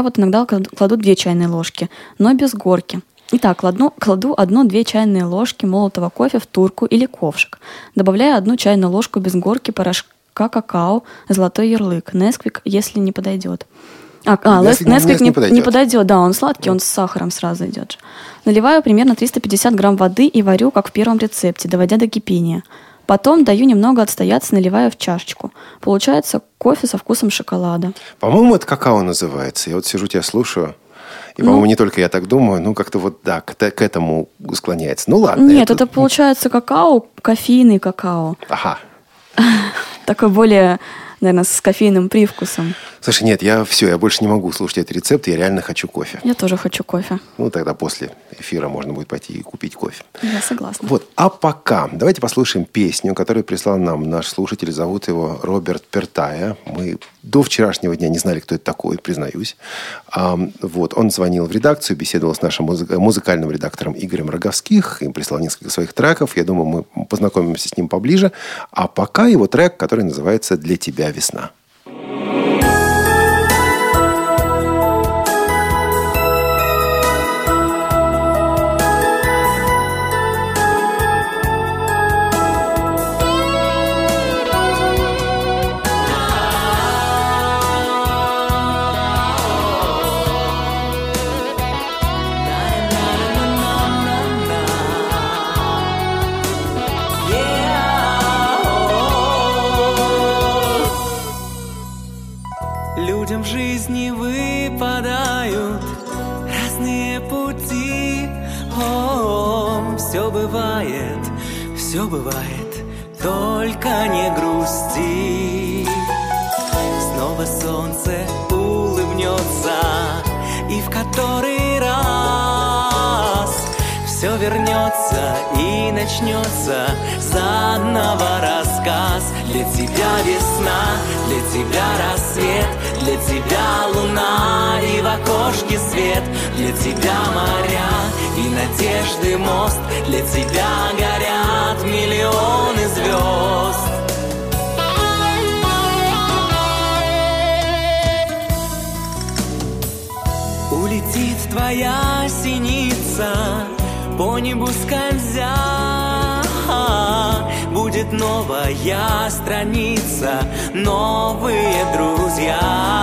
ложки, но без горки. Итак, кладу 1-2 чайные ложки молотого кофе в турку или ковшик. Добавляю 1 чайную ложку без горки порошка какао, золотой ярлык. Несквик, если не подойдет. Несквик не подойдет, да, он сладкий, он с сахаром сразу идет. Наливаю примерно 350 грамм воды и варю, как в первом рецепте, доводя до кипения. Потом даю немного отстояться, наливаю в чашечку. Получается кофе со вкусом шоколада. По-моему, это какао называется. Я вот сижу, тебя слушаю. И, по-моему, не только я так думаю, как-то к этому склоняется. Ну, ладно. Нет, это получается какао, кофейный какао. Ага. Такой более, наверное, с кофейным привкусом. Слушай, нет, я больше не могу слушать этот рецепт, я реально хочу кофе. Я тоже хочу кофе. Тогда после эфира можно будет пойти и купить кофе. Я согласна. А пока давайте послушаем песню, которую прислал нам наш слушатель. Зовут его Роберт Пертая. Мы до вчерашнего дня не знали, кто это такой, признаюсь. Он звонил в редакцию, беседовал с нашим музыкальным редактором Игорем Роговских. Им прислал несколько своих треков. Я думаю, мы познакомимся с ним поближе. А пока его трек, который называется «Для тебя весна». Людям в жизни выпадают разные пути. Все бывает, только не грусти. Снова солнце улыбнется, и в который раз все вернется и начнется заново рассказ. заказ. Для тебя весна, для тебя рассвет, для тебя луна и в окошке свет, для тебя моря и надежды мост, для тебя горят миллионы звезд. Улетит твоя синица, по небу скользя, будет новая страница, новые друзья.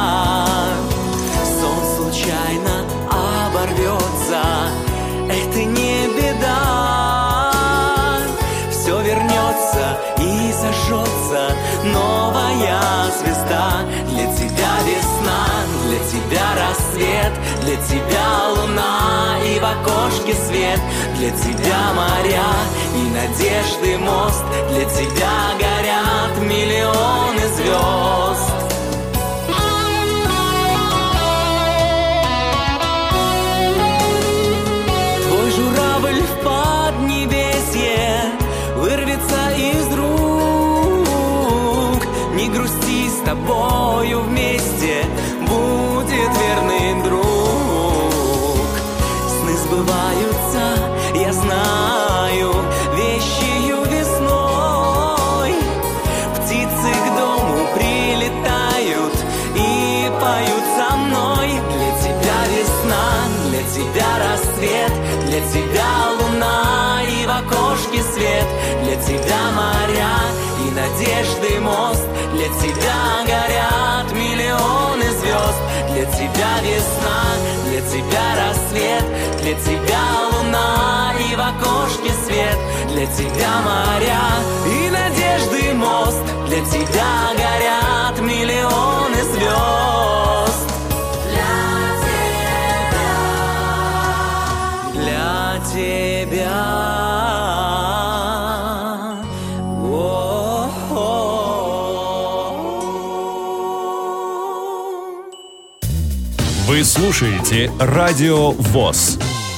Сон случайно оборвется, это не беда. Все вернется и зажжется новая звезда. Для тебя весна, для тебя рассвет, для тебя луна и в окошке свет, для тебя моря и надежды мост, для тебя горят миллионы звезд. Твой журавль в поднебесье вырвется из рук, не грусти, с тобою вместе будет верный друг. Сны сбываются, я знаю, вещью весной. Птицы к дому прилетают и поют со мной. Для тебя весна, для тебя рассвет, для тебя луна и в окошке свет, для тебя моря и надежды мост, для тебя горят миллионы звезд. Для тебя весна, для тебя рассвет, для тебя луна и в окошке свет, для тебя моря и надежды мост, для тебя горят миллионы звезд. Для тебя. Вы слушаете Радио ВОС.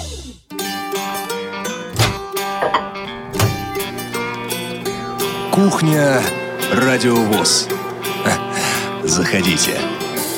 Кухня Радио ВОС. Заходите.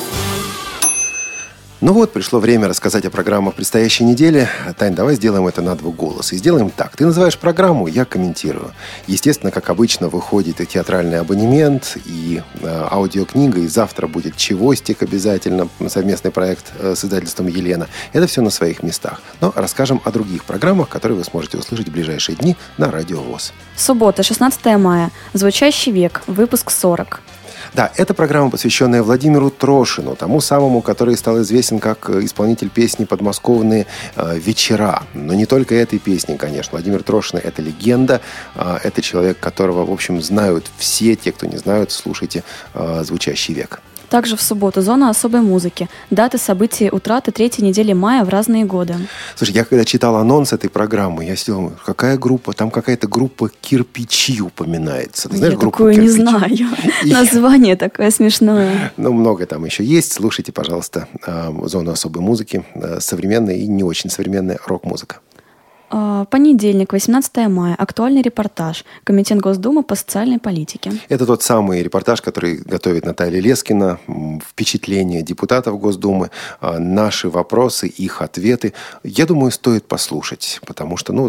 Ну вот, пришло время рассказать о программах предстоящей недели. Тань, давай сделаем это на двуголос. И сделаем так. Ты называешь программу, я комментирую. Естественно, как обычно, выходит и театральный абонемент, и аудиокнига, и завтра будет «Чевостик» обязательно, совместный проект с издательством «Елена». Это все на своих местах. Но расскажем о других программах, которые вы сможете услышать в ближайшие дни на Радио ВОС. Суббота, 16 мая. «Звучащий век», выпуск 40. Да, это программа, посвященная Владимиру Трошину, тому самому, который стал известен как исполнитель песни «Подмосковные вечера». Но не только этой песни, конечно. Владимир Трошин – это легенда, это человек, которого, в общем, знают все. Те, кто не знают, слушайте «Звучащий век». Также в субботу «Зона особой музыки». Даты событий утраты третьей недели мая в разные годы. Слушай, я когда читал анонс этой программы, я сидел, какая группа? Там какая-то группа «Кирпичи» упоминается. Ты знаешь я группу такое «Кирпичи»? не знаю. Название такое смешное. Ну, много там еще есть. Слушайте, пожалуйста, «Зону особой музыки». Современная и не очень современная рок-музыка. Понедельник, 18 мая. Актуальный репортаж. Комитет Госдумы по социальной политике. Это тот самый репортаж, который готовит Наталья Лескина. Впечатления депутатов Госдумы, наши вопросы, их ответы. Я думаю, стоит послушать, потому что,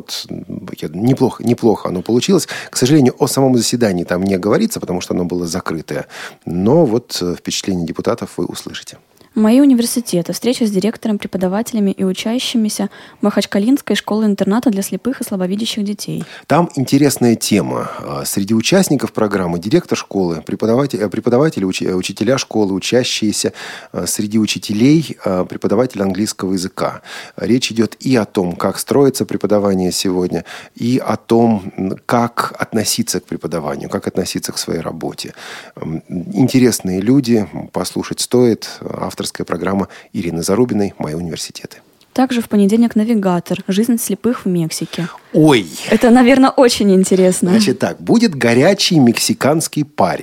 неплохо оно получилось. К сожалению, о самом заседании там не говорится, потому что оно было закрытое. Но вот впечатления депутатов вы услышите. Мои университеты. Встреча с директором, преподавателями и учащимися Махачкалинской школы-интерната для слепых и слабовидящих детей. Там интересная тема. Среди участников программы директор школы, преподаватели, учителя школы, учащиеся. Среди учителей преподаватель английского языка. Речь идет и о том, как строится преподавание сегодня, и о том, как относиться к преподаванию, как относиться к своей работе. Интересные люди, послушать стоит. Авторская программа Ирины Зарубиной «Мои университеты». Также в понедельник «Навигатор. Жизнь слепых в Мексике». Ой! Это, наверное, очень интересно. Значит так, будет горячий мексиканский парень,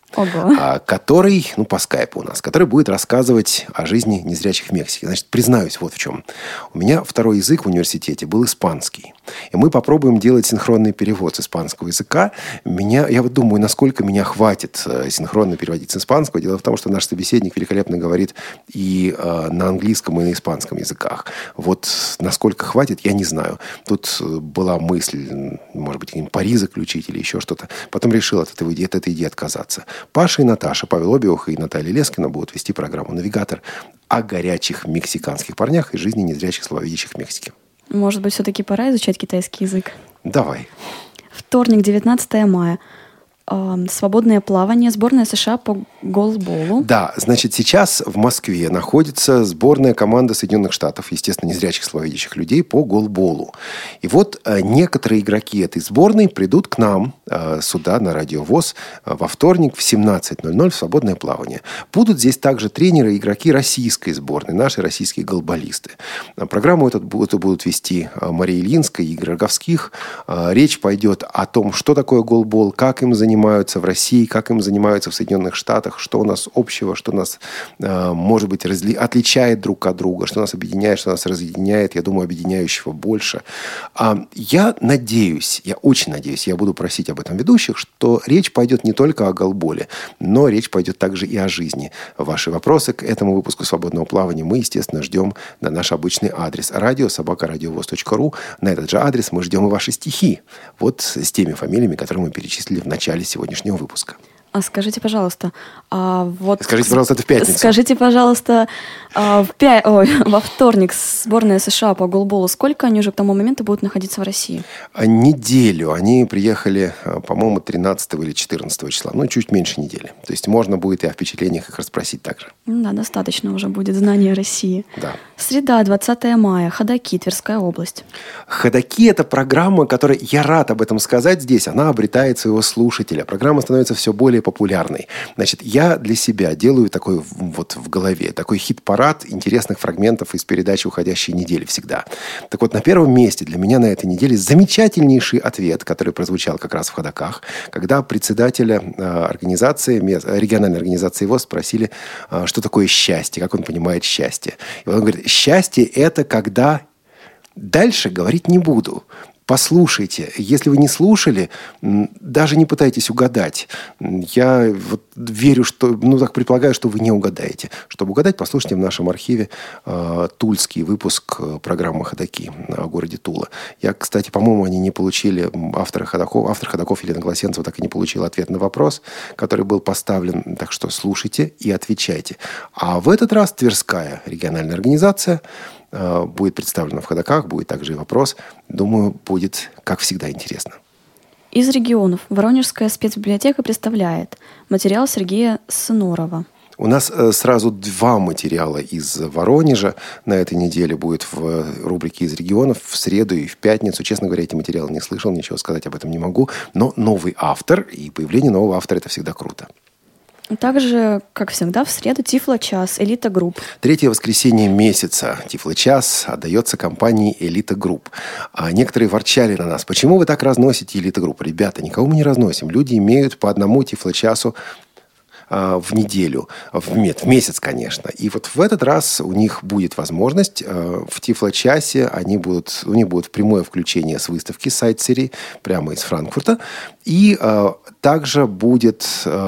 который, по скайпу у нас, который будет рассказывать о жизни незрячих в Мексике. Значит, признаюсь вот в чем. У меня второй язык в университете был испанский. И мы попробуем делать синхронный перевод с испанского языка. Я вот думаю, насколько меня хватит синхронно переводить с испанского. Дело в том, что наш собеседник великолепно говорит и на английском, и на испанском языках. Вот насколько хватит, я не знаю. Тут была мысль, может быть, пари заключить или еще что-то. Потом решил от этой идеи отказаться. Паша и Наташа, Павел Обиух и Наталья Лескина будут вести программу «Навигатор» о горячих мексиканских парнях и жизни незрячих слабовидящих в Мексике. Может быть, все-таки пора изучать китайский язык? Давай. Вторник, 19 мая. Свободное плавание, сборная США по голболу. Да, значит, сейчас в Москве находится сборная команда Соединенных Штатов, естественно, незрячих слабовидящих людей по голболу. И вот некоторые игроки этой сборной придут к нам сюда, на Радио ВОС, во вторник в 17:00 в свободное плавание. Будут здесь также тренеры и игроки российской сборной, наши российские голболисты. Программу эту будут вести Мария Ильинская и Игорь Роговских. Речь пойдет о том, что такое голбол, как им занимаются в России, как им занимаются в Соединенных Штатах, что у нас общего, что нас, может быть, отличает друг от друга, что нас объединяет, что нас разъединяет. Я думаю, объединяющего больше. Я надеюсь, я очень надеюсь, я буду просить об этом ведущих, что речь пойдет не только о голболе, но речь пойдет также и о жизни. Ваши вопросы к этому выпуску «Свободного плавания» мы, естественно, ждем на наш обычный адрес radio@radiovoz.ru. На этот же адрес мы ждем и ваши стихи. Вот с теми фамилиями, которые мы перечислили в начале сегодняшнего выпуска. А скажите, пожалуйста, Скажите, пожалуйста, это в пятницу. Скажите, пожалуйста, во вторник сборная США по голболу, сколько они уже к тому моменту будут находиться в России? Неделю. Они приехали, по-моему, 13 или 14 числа. Чуть меньше недели. То есть можно будет и о впечатлениях их расспросить также. Да, достаточно уже будет знания России. Да. Среда, 20 мая. Ходаки, Тверская область. Ходаки – это программа, которая, я рад об этом сказать здесь, она обретает своего слушателя. Программа становится все более популярной. Значит, я для себя делаю такой вот в голове, такой хит-парад интересных фрагментов из передачи «Уходящей недели» всегда. Так вот, на первом месте для меня на этой неделе замечательнейший ответ, который прозвучал как раз в Ходаках, когда председателя региональной организации ВОС спросили, что такое счастье, как он понимает счастье. И он говорит, счастье – это когда… Дальше говорить не буду. Послушайте. Если вы не слушали, даже не пытайтесь угадать. Я верю, что, так предполагаю, что вы не угадаете. Чтобы угадать, послушайте в нашем архиве тульский выпуск программы «Ходаки» о городе Тула. Кстати, по-моему, они не получили, автор «Ходаков» Елена Гласенцева так и не получила ответ на вопрос, который был поставлен. Так что слушайте и отвечайте. А в этот раз Тверская региональная организация будет представлена в Ходаках, будет также и вопрос. Думаю, будет, как всегда, интересно. Из регионов. Воронежская спецбиблиотека представляет материал Сергея Сынорова. У нас сразу два материала из Воронежа на этой неделе будет в рубрике «Из регионов» в среду и в пятницу. Честно говоря, эти материалы не слышал, ничего сказать об этом не могу. Но новый автор и появление нового автора – это всегда круто. Также, как всегда, в среду Тифло-час, Элита Групп. Третье воскресенье месяца Тифло-час отдается компании Элита Групп. А некоторые ворчали на нас. Почему вы так разносите Элита Групп? Ребята, никого мы не разносим. Люди имеют по одному Тифло-часу в неделю, в месяц, конечно. И вот в этот раз у них будет возможность в Тифло-часе, у них будет прямое включение с выставки Сайтсери прямо из Франкфурта. И также будет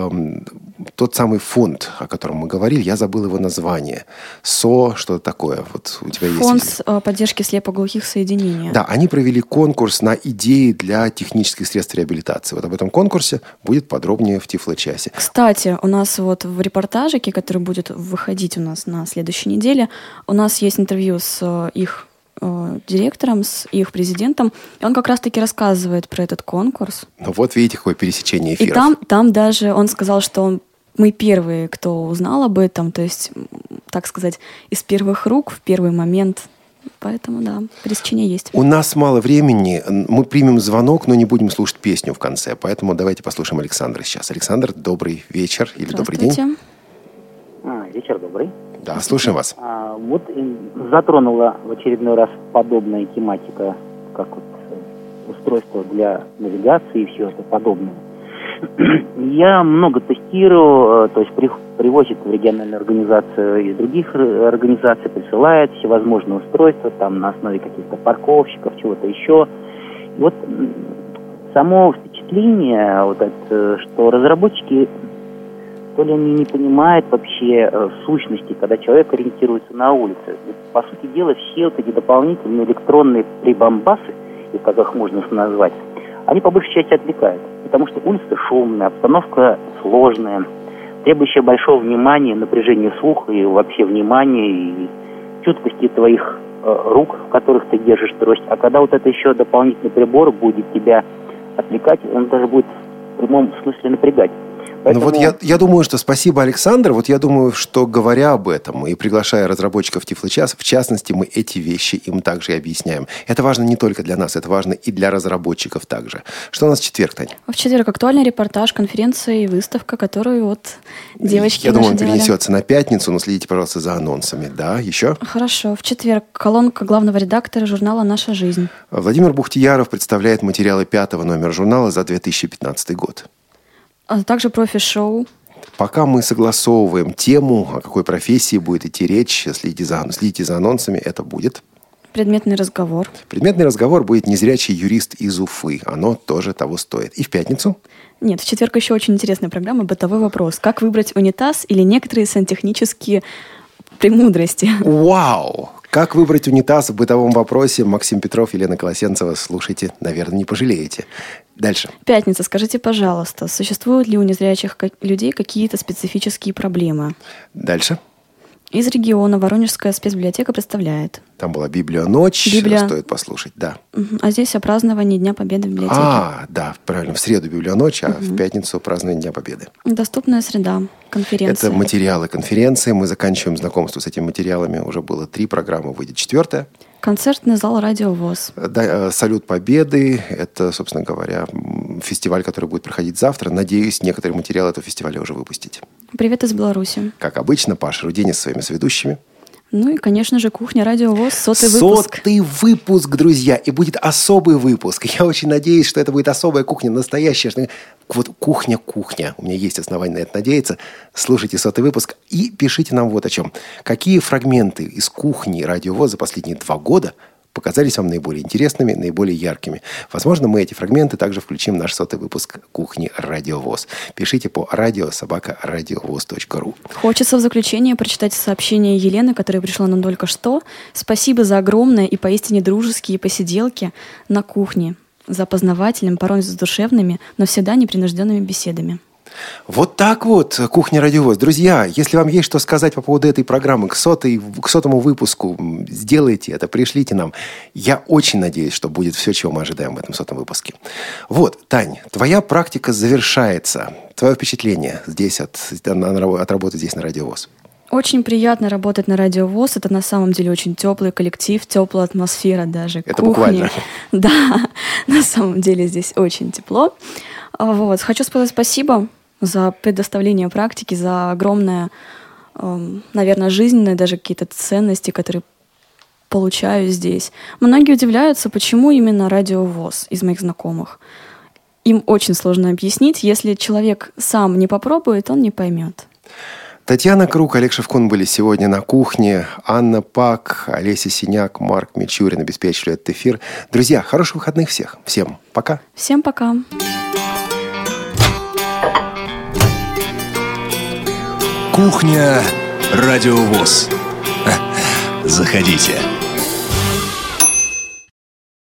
тот самый фонд, о котором мы говорили, я забыл его название. Что-то такое. Вот у тебя фонд есть. Поддержки слепоглухих соединения. Да, они провели конкурс на идеи для технических средств реабилитации. Вот об этом конкурсе будет подробнее в Тифло-часе. Кстати, у нас в репортажике, который будет выходить у нас на следующей неделе, у нас есть интервью с их директором, с их президентом, и он как раз-таки рассказывает про этот конкурс. Вот видите, какое пересечение эфиров. И там даже он сказал, что мы первые, кто узнал об этом, то есть, так сказать, из первых рук, в первый момент. Поэтому, да, пересечение есть. У нас мало времени. Мы примем звонок, но не будем слушать песню в конце. Поэтому давайте послушаем Александра сейчас. Александр, добрый вечер или добрый день. Вечер добрый. Да, слушаем вас. Вот затронула в очередной раз подобная тематика, как устройство для навигации и все это подобное. Я много тестирую, то есть привозят в региональную организацию из других организаций, присылают всевозможные устройства, там на основе каких-то парковщиков, чего-то еще. И вот само впечатление, вот это, что разработчики, то ли они не понимают вообще сущности, когда человек ориентируется на улице. По сути дела, все вот эти дополнительные электронные прибамбасы, как их можно назвать, они по большей части отвлекают. Потому что улица шумная, обстановка сложная, требующая большого внимания, напряжения слуха и вообще внимания и чуткости твоих рук, в которых ты держишь трость. А когда вот это еще дополнительный прибор будет тебя отвлекать, он даже будет в прямом смысле напрягать. Поэтому... Ну вот я думаю, что спасибо, Александр. Вот я думаю, что говоря об этом и приглашая разработчиков Тифло-час, в частности, мы эти вещи им также и объясняем. Это важно не только для нас, это важно и для разработчиков также. Что у нас в четверг, Тань? В четверг актуальный репортаж, конференция и выставка, которую вот девочки Я думаю, он делали. перенесется на пятницу, но следите, пожалуйста, за анонсами. Да, еще? Хорошо. В четверг колонка главного редактора журнала «Наша жизнь». Владимир Бухтияров представляет материалы 5-го номера журнала за 2015 год. А также профи-шоу. Пока мы согласовываем тему, о какой профессии будет идти речь, следите за анонсами, это будет. Предметный разговор. Предметный разговор будет незрячий юрист из Уфы. Оно тоже того стоит. И в пятницу? Нет, в четверг еще очень интересная программа «Бытовой вопрос». Как выбрать унитаз или некоторые сантехнические премудрости. Вау! Как выбрать унитаз в бытовом вопросе? Максим Петров, Елена Колосенцева. Слушайте, наверное, не пожалеете. Дальше. Пятница. Скажите, пожалуйста, существуют ли у незрячих людей какие-то специфические проблемы? Дальше. Из региона Воронежская спецбиблиотека представляет. Там была «Библионочь», стоит послушать, да. А здесь о праздновании Дня Победы в библиотеке. Да, правильно, в среду «Библионочь», а в пятницу празднование Дня Победы. Доступная среда, конференция. Это материалы конференции, мы заканчиваем знакомство с этими материалами. Уже было 3 программы, выйдет 4-я. Концертный зал «Радио ВОС». Да, «Салют Победы» — это, собственно говоря, фестиваль, который будет проходить завтра. Надеюсь, некоторые материалы этого фестиваля уже выпустить. Привет из Беларуси. Как обычно, Паша Руденис со своими соведущими. Ну и, конечно же, кухня «Радио ВОС», 100-й выпуск. 100-й выпуск, друзья, и будет особый выпуск. Я очень надеюсь, что это будет особая кухня, настоящая. Вот кухня. У меня есть основания на это надеяться. Слушайте 100-й выпуск и пишите нам вот о чем. Какие фрагменты из кухни «Радио ВОС» за последние 2 года показались вам наиболее интересными, наиболее яркими. Возможно, мы эти фрагменты также включим в наш 100-й выпуск «Кухни Радио ВОС». Пишите по radio@radiovoz.ru. Хочется в заключение прочитать сообщение Елены, которая пришла нам только что. Спасибо за огромное и поистине дружеские посиделки на кухне, за познавательными, порой задушевными, но всегда непринужденными беседами. Вот так вот, «Кухня Радио ВОС». Друзья, если вам есть что сказать по поводу этой программы, к 100-му выпуску, сделайте это, пришлите нам. Я очень надеюсь, что будет все, чего мы ожидаем в этом 100-м выпуске. Вот, Тань, твоя практика завершается. Твое впечатление здесь от работы здесь на Радио ВОС? Очень приятно работать на Радио ВОС. Это на самом деле очень теплый коллектив, теплая атмосфера даже. Это кухни. буквально. Да, на самом деле здесь очень тепло. Вот. Хочу сказать спасибо за предоставление практики, за огромное, наверное, жизненные даже какие-то ценности, которые получаю здесь. Многие удивляются, почему именно Радио ВОС из моих знакомых. Им очень сложно объяснить. Если человек сам не попробует, он не поймет. Татьяна Круг, Олег Шевкун были сегодня на кухне. Анна Пак, Олеся Синяк, Марк Мичурин обеспечили этот эфир. Друзья, хороших выходных всех. Всем пока. Всем пока. Кухня Радио ВОС. Заходите.